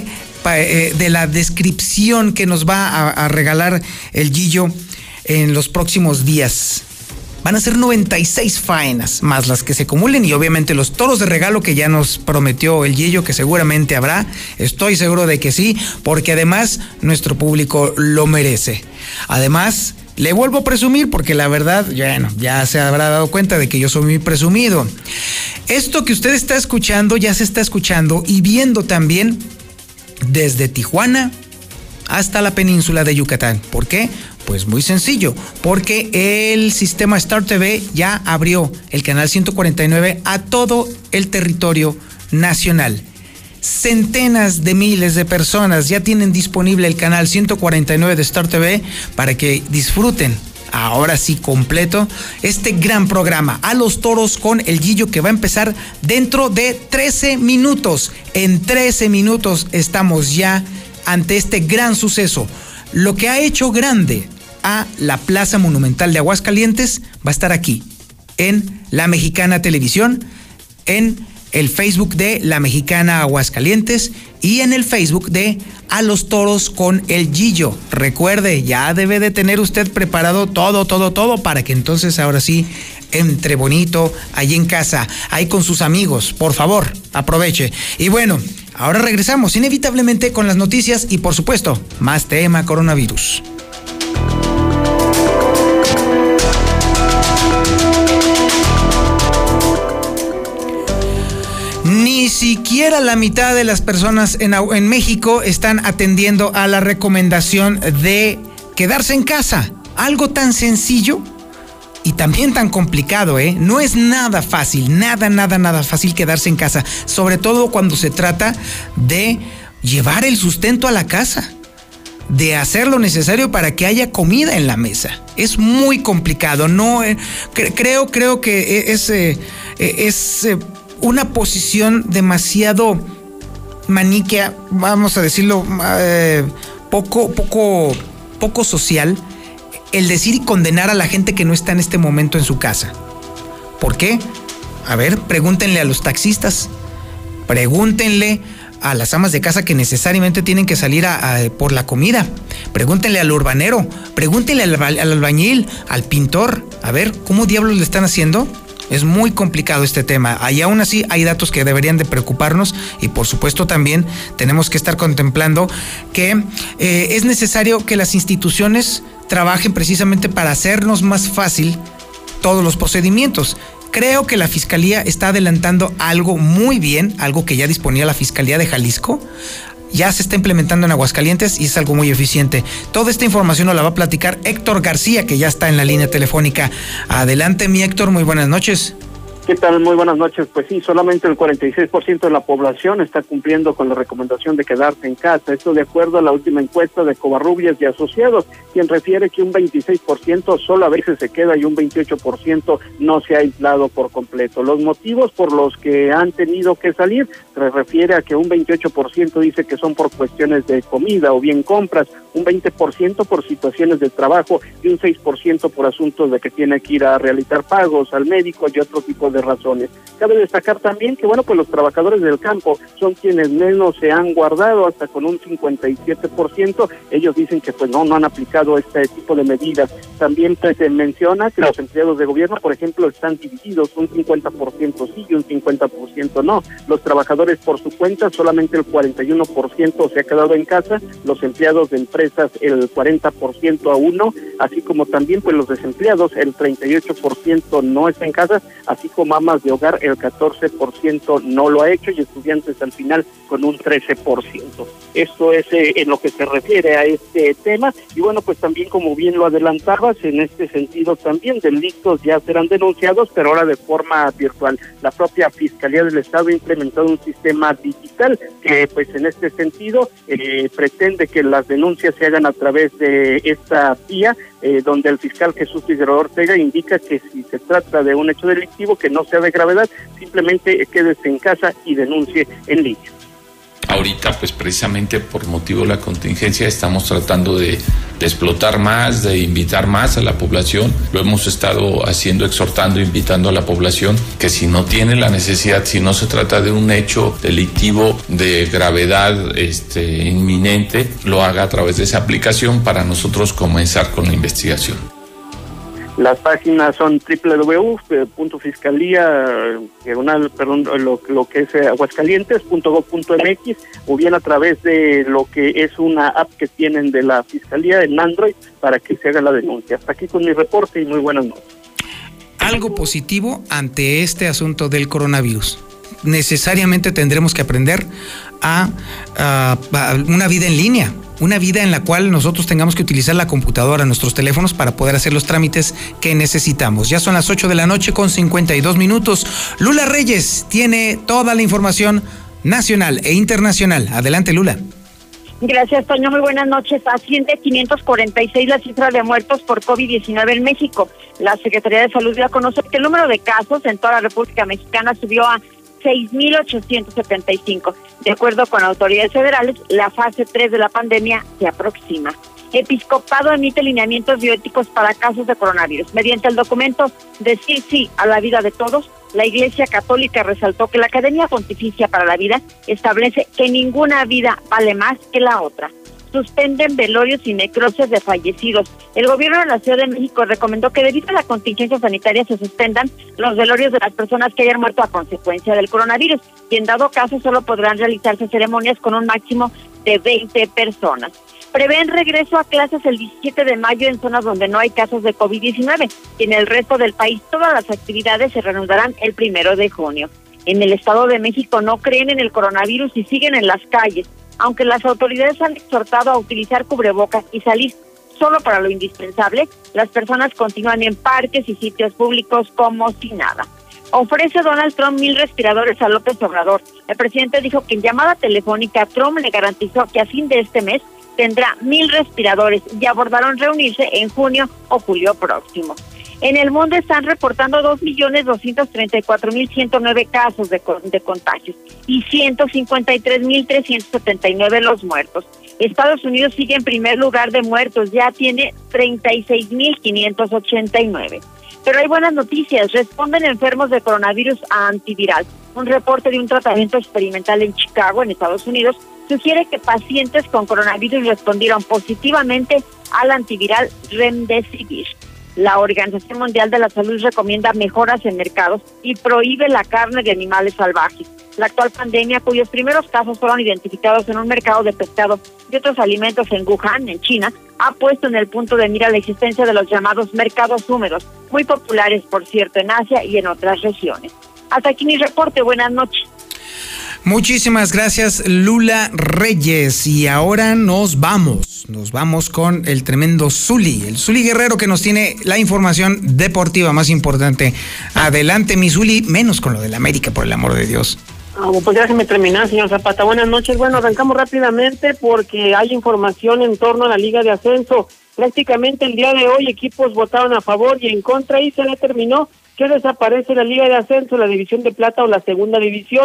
la descripción que nos va a regalar el Gillo en los próximos días. Van a ser 96 faenas, más las que se acumulen y obviamente los toros de regalo que ya nos prometió el Gillo, que seguramente habrá. Estoy seguro de que sí, porque además nuestro público lo merece. Además, le vuelvo a presumir porque la verdad, bueno, ya se habrá dado cuenta de que yo soy muy presumido. Esto que usted está escuchando, ya se está escuchando y viendo también desde Tijuana hasta la península de Yucatán. ¿Por qué? Pues muy sencillo, porque el sistema Star TV ya abrió el canal 149 a todo el territorio nacional. Centenas de miles de personas ya tienen disponible el canal 149 de Star TV para que disfruten, ahora sí completo, este gran programa A los Toros con el Gillo, que va a empezar dentro de 13 minutos. En 13 minutos estamos ya ante este gran suceso. Lo que ha hecho grande a la Plaza Monumental de Aguascalientes va a estar aquí, en La Mexicana Televisión, en el Facebook de La Mexicana Aguascalientes y en el Facebook de A los Toros con el Gillo. Recuerde, ya debe de tener usted preparado todo para que entonces ahora sí entre bonito allí en casa, ahí con sus amigos. Por favor, aproveche. Y bueno, ahora regresamos inevitablemente con las noticias y por supuesto, más tema coronavirus. Ni siquiera la mitad de las personas en México están atendiendo a la recomendación de quedarse en casa. Algo tan sencillo y también tan complicado, ¿eh? No es nada fácil, nada fácil quedarse en casa, sobre todo cuando se trata de llevar el sustento a la casa, de hacer lo necesario para que haya comida en la mesa. Es muy complicado. No, creo que es una posición demasiado maniquea, vamos a decirlo, poco social, el decir y condenar a la gente que no está en este momento en su casa. ¿Por qué? A ver, pregúntenle a los taxistas, pregúntenle a las amas de casa que necesariamente tienen que salir por la comida, pregúntenle al urbanero, pregúntenle al albañil, al pintor, a ver, ¿cómo diablos le están haciendo? Es muy complicado este tema, y aún así hay datos que deberían de preocuparnos y por supuesto también tenemos que estar contemplando que es necesario que las instituciones trabajen precisamente para hacernos más fácil todos los procedimientos. Creo que la Fiscalía está adelantando algo muy bien, algo que ya disponía la Fiscalía de Jalisco. Ya se está implementando en Aguascalientes y es algo muy eficiente. Toda esta información nos la va a platicar Héctor García, que ya está en la línea telefónica. Adelante, mi Héctor, muy buenas noches. ¿Qué tal? Muy buenas noches. Pues sí, solamente el 46% de la población está cumpliendo con la recomendación de quedarse en casa. Esto de acuerdo a la última encuesta de Covarrubias y Asociados, quien refiere que un 26% solo a veces se queda y un 28% no se ha aislado por completo. Los motivos por los que han tenido que salir se refiere a que un 28% dice que son por cuestiones de comida o bien compras, un 20% por situaciones de trabajo y un 6% por asuntos de que tiene que ir a realizar pagos al médico y otro tipo de de razones. Cabe destacar también que, bueno, pues los trabajadores del campo son quienes menos se han guardado, hasta con un 57%. Ellos dicen que pues no han aplicado este tipo de medidas. También pues, se menciona que los empleados de gobierno, por ejemplo, están divididos, un 50% sí y un 50% no. Los trabajadores por su cuenta, solamente el 41% se ha quedado en casa, los empleados de empresas el 40% aún no, así como también pues los desempleados, el 38% no está en casa, así como amas de hogar, el 14% no lo ha hecho, y estudiantes al final con un 13%. Esto es en lo que se refiere a este tema, y bueno, pues también, como bien lo adelantabas, en este sentido también delitos ya serán denunciados, pero ahora de forma virtual. La propia Fiscalía del Estado ha implementado un sistema digital que pues en este sentido pretende que las denuncias se hagan a través de esta vía, donde el fiscal Jesús Figueroa Ortega indica que si se trata de un hecho delictivo que no sea de gravedad, simplemente quédese en casa y denuncie en línea. Ahorita, pues precisamente por motivo de la contingencia, estamos tratando de explotar más, de invitar más a la población. Lo hemos estado haciendo, exhortando, invitando a la población que si no tiene la necesidad, si no se trata de un hecho delictivo de gravedad inminente, lo haga a través de esa aplicación para nosotros comenzar con la investigación. Las páginas son aguascalientes.gov.mx, o bien a través de lo que es una app que tienen de la Fiscalía en Android para que se haga la denuncia. Hasta aquí con mi reporte y muy buenas noches. Algo positivo ante este asunto del coronavirus. Necesariamente tendremos que aprender a una vida en línea, una vida en la cual nosotros tengamos que utilizar la computadora, nuestros teléfonos, para poder hacer los trámites que necesitamos. Ya son las 8 de la noche con 52 minutos. Lula Reyes tiene toda la información nacional e internacional. Adelante, Lula. Gracias, Toño. Muy buenas noches. Asciende a 546 la cifra de muertos por COVID-19 en México. La Secretaría de Salud dio a conocer que el número de casos en toda la República Mexicana subió a 6,875. De acuerdo con autoridades federales, la fase 3 de la pandemia se aproxima. Episcopado emite lineamientos bioéticos para casos de coronavirus. Mediante el documento Decir sí a la vida de todos, la Iglesia Católica resaltó que la Academia Pontificia para la Vida establece que ninguna vida vale más que la otra. Suspenden velorios y necropsias de fallecidos. El gobierno de la Ciudad de México recomendó que debido a la contingencia sanitaria se suspendan los velorios de las personas que hayan muerto a consecuencia del coronavirus, y en dado caso solo podrán realizarse ceremonias con un máximo de 20 personas. Prevén regreso a clases el 17 de mayo en zonas donde no hay casos de COVID-19, y en el resto del país todas las actividades se reanudarán el 1 de junio. En el Estado de México no creen en el coronavirus y siguen en las calles. Aunque las autoridades han exhortado a utilizar cubrebocas y salir solo para lo indispensable, las personas continúan en parques y sitios públicos como si nada. Ofrece Donald Trump 1,000 respiradores a López Obrador. El presidente dijo que en llamada telefónica Trump le garantizó que a fin de este mes tendrá 1,000 respiradores y abordaron reunirse en junio o julio próximo. En el mundo están reportando 2,234,109 casos de contagios y 153,379 los muertos. Estados Unidos sigue en primer lugar de muertos, ya tiene 36,589. Pero hay buenas noticias, responden enfermos de coronavirus a antiviral. Un reporte de un tratamiento experimental en Chicago, en Estados Unidos, sugiere que pacientes con coronavirus respondieron positivamente al antiviral Remdesivir. La Organización Mundial de la Salud recomienda mejoras en mercados y prohíbe la carne de animales salvajes. La actual pandemia, cuyos primeros casos fueron identificados en un mercado de pescado y otros alimentos en Wuhan, en China, ha puesto en el punto de mira la existencia de los llamados mercados húmedos, muy populares, por cierto, en Asia y en otras regiones. Hasta aquí mi reporte. Buenas noches. Muchísimas gracias, Lula Reyes. Y ahora nos vamos con el tremendo Zuli, el Zuli Guerrero, que nos tiene la información deportiva más importante. Adelante, mi Zuli, menos con lo del América, por el amor de Dios. Pues déjeme terminar, señor Zapata. Buenas noches. Bueno, arrancamos rápidamente porque hay información en torno a la Liga de Ascenso. Prácticamente el día de hoy equipos votaron a favor y en contra y se determinó que desaparece la Liga de Ascenso, la División de Plata o la Segunda División.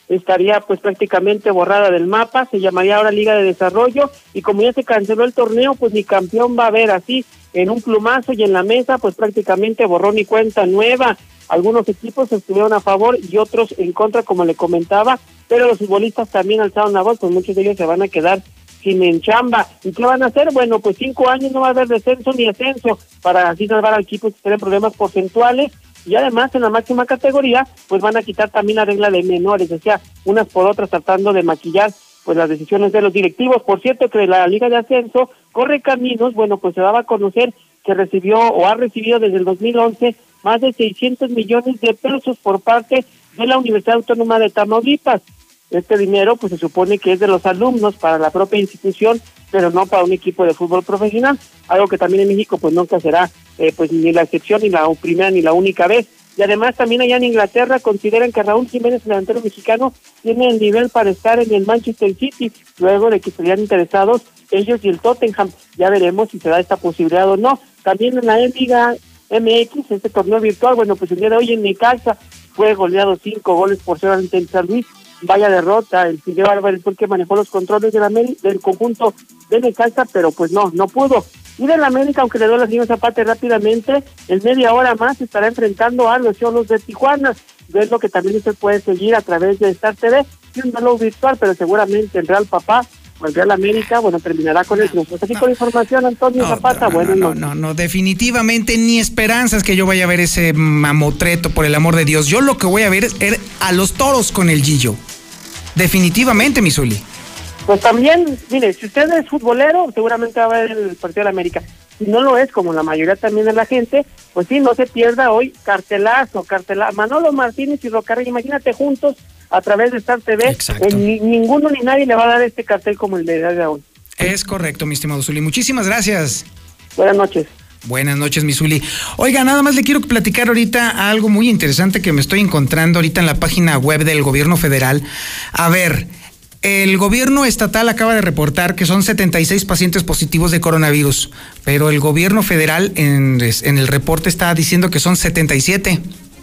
estaría pues prácticamente borrada del mapa, se llamaría ahora Liga de Desarrollo, y como ya se canceló el torneo, pues ni campeón va a haber, así en un plumazo, y en la mesa pues prácticamente borrón y cuenta nueva. Algunos equipos estuvieron a favor y otros en contra, como le comentaba, pero los futbolistas también alzaron la voz, pues muchos de ellos se van a quedar sin chamba. ¿Y qué van a hacer? Bueno, pues 5 años no va a haber descenso ni ascenso, para así salvar al equipo que tienen problemas porcentuales. Y además en la máxima categoría pues van a quitar también la regla de menores, o sea, unas por otras tratando de maquillar pues las decisiones de los directivos. Por cierto, que la Liga de Ascenso corre caminos, bueno, pues se daba a conocer que recibió o ha recibido desde el 2011 más de 600 millones de pesos por parte de la Universidad Autónoma de Tamaulipas. Este dinero pues se supone que es de los alumnos para la propia institución, pero no para un equipo de fútbol profesional, algo que también en México pues nunca será pues ni la excepción, ni la primera ni la única vez. Y además también allá en Inglaterra consideran que Raúl Jiménez, el delantero mexicano, tiene el nivel para estar en el Manchester City, luego de que estarían interesados ellos y el Tottenham. Ya veremos si se da esta posibilidad o no. También en la Liga MX, este torneo virtual, bueno, pues el día de hoy en Necaxa fue goleado 5-0 ante el San Luis. Vaya derrota, el Fideo Álvarez fue el que manejó los controles del conjunto de Necaxa, pero pues no pudo. Y del América, aunque le doy la señora Zapata rápidamente, en media hora más estará enfrentando a los Xolos de Tijuana. Es lo que también usted puede seguir a través de Star TV, y un duelo virtual, pero seguramente el Real Papá o el Real América, bueno, terminará con el triunfo. Así con información, Antonio Zapata, No, definitivamente ni esperanzas que yo vaya a ver ese mamotreto, por el amor de Dios. Yo lo que voy a ver es a los Toros con el Gillo. Definitivamente, mi Zuli. Pues también, mire, si usted es futbolero, seguramente va a ver el partido de la América. Si no lo es, como la mayoría también de la gente, pues sí, no se pierda hoy cartelazo. Manolo Martínez y Rocarrey, imagínate juntos a través de Star TV. Ninguno ni nadie le va a dar este cartel como el de hoy. Es correcto, mi estimado Zuli. Muchísimas gracias. Buenas noches. Buenas noches, mi Zuli. Oiga, nada más le quiero platicar ahorita algo muy interesante que me estoy encontrando ahorita en la página web del gobierno federal. A ver, el gobierno estatal acaba de reportar que son 76 pacientes positivos de coronavirus, pero el gobierno federal en el reporte está diciendo que son 77.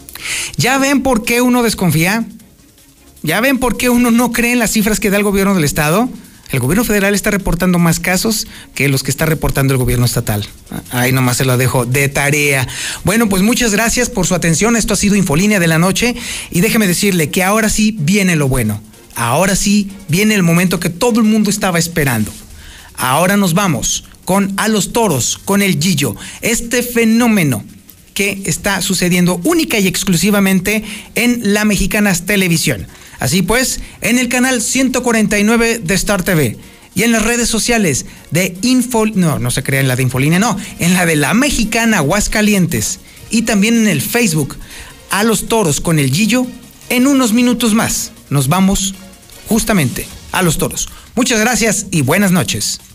¿Ya ven por qué uno desconfía? ¿Ya ven por qué uno no cree en las cifras que da el gobierno del estado? El gobierno federal está reportando más casos que los que está reportando el gobierno estatal. Ahí nomás se lo dejo de tarea. Bueno, pues muchas gracias por su atención. Esto ha sido Infolínea de la Noche. Y déjeme decirle que ahora sí viene lo bueno. Ahora sí viene el momento que todo el mundo estaba esperando. Ahora nos vamos con A los Toros, con el Gillo. Este fenómeno que está sucediendo única y exclusivamente en La Mexicanas Televisión. Así pues, en el canal 149 de Star TV y en las redes sociales de no se crea en la de Infolínea, no, en la de La Mexicana Aguascalientes, y también en el Facebook, A los Toros con el Gillo. En unos minutos más nos vamos justamente a los Toros. Muchas gracias y buenas noches.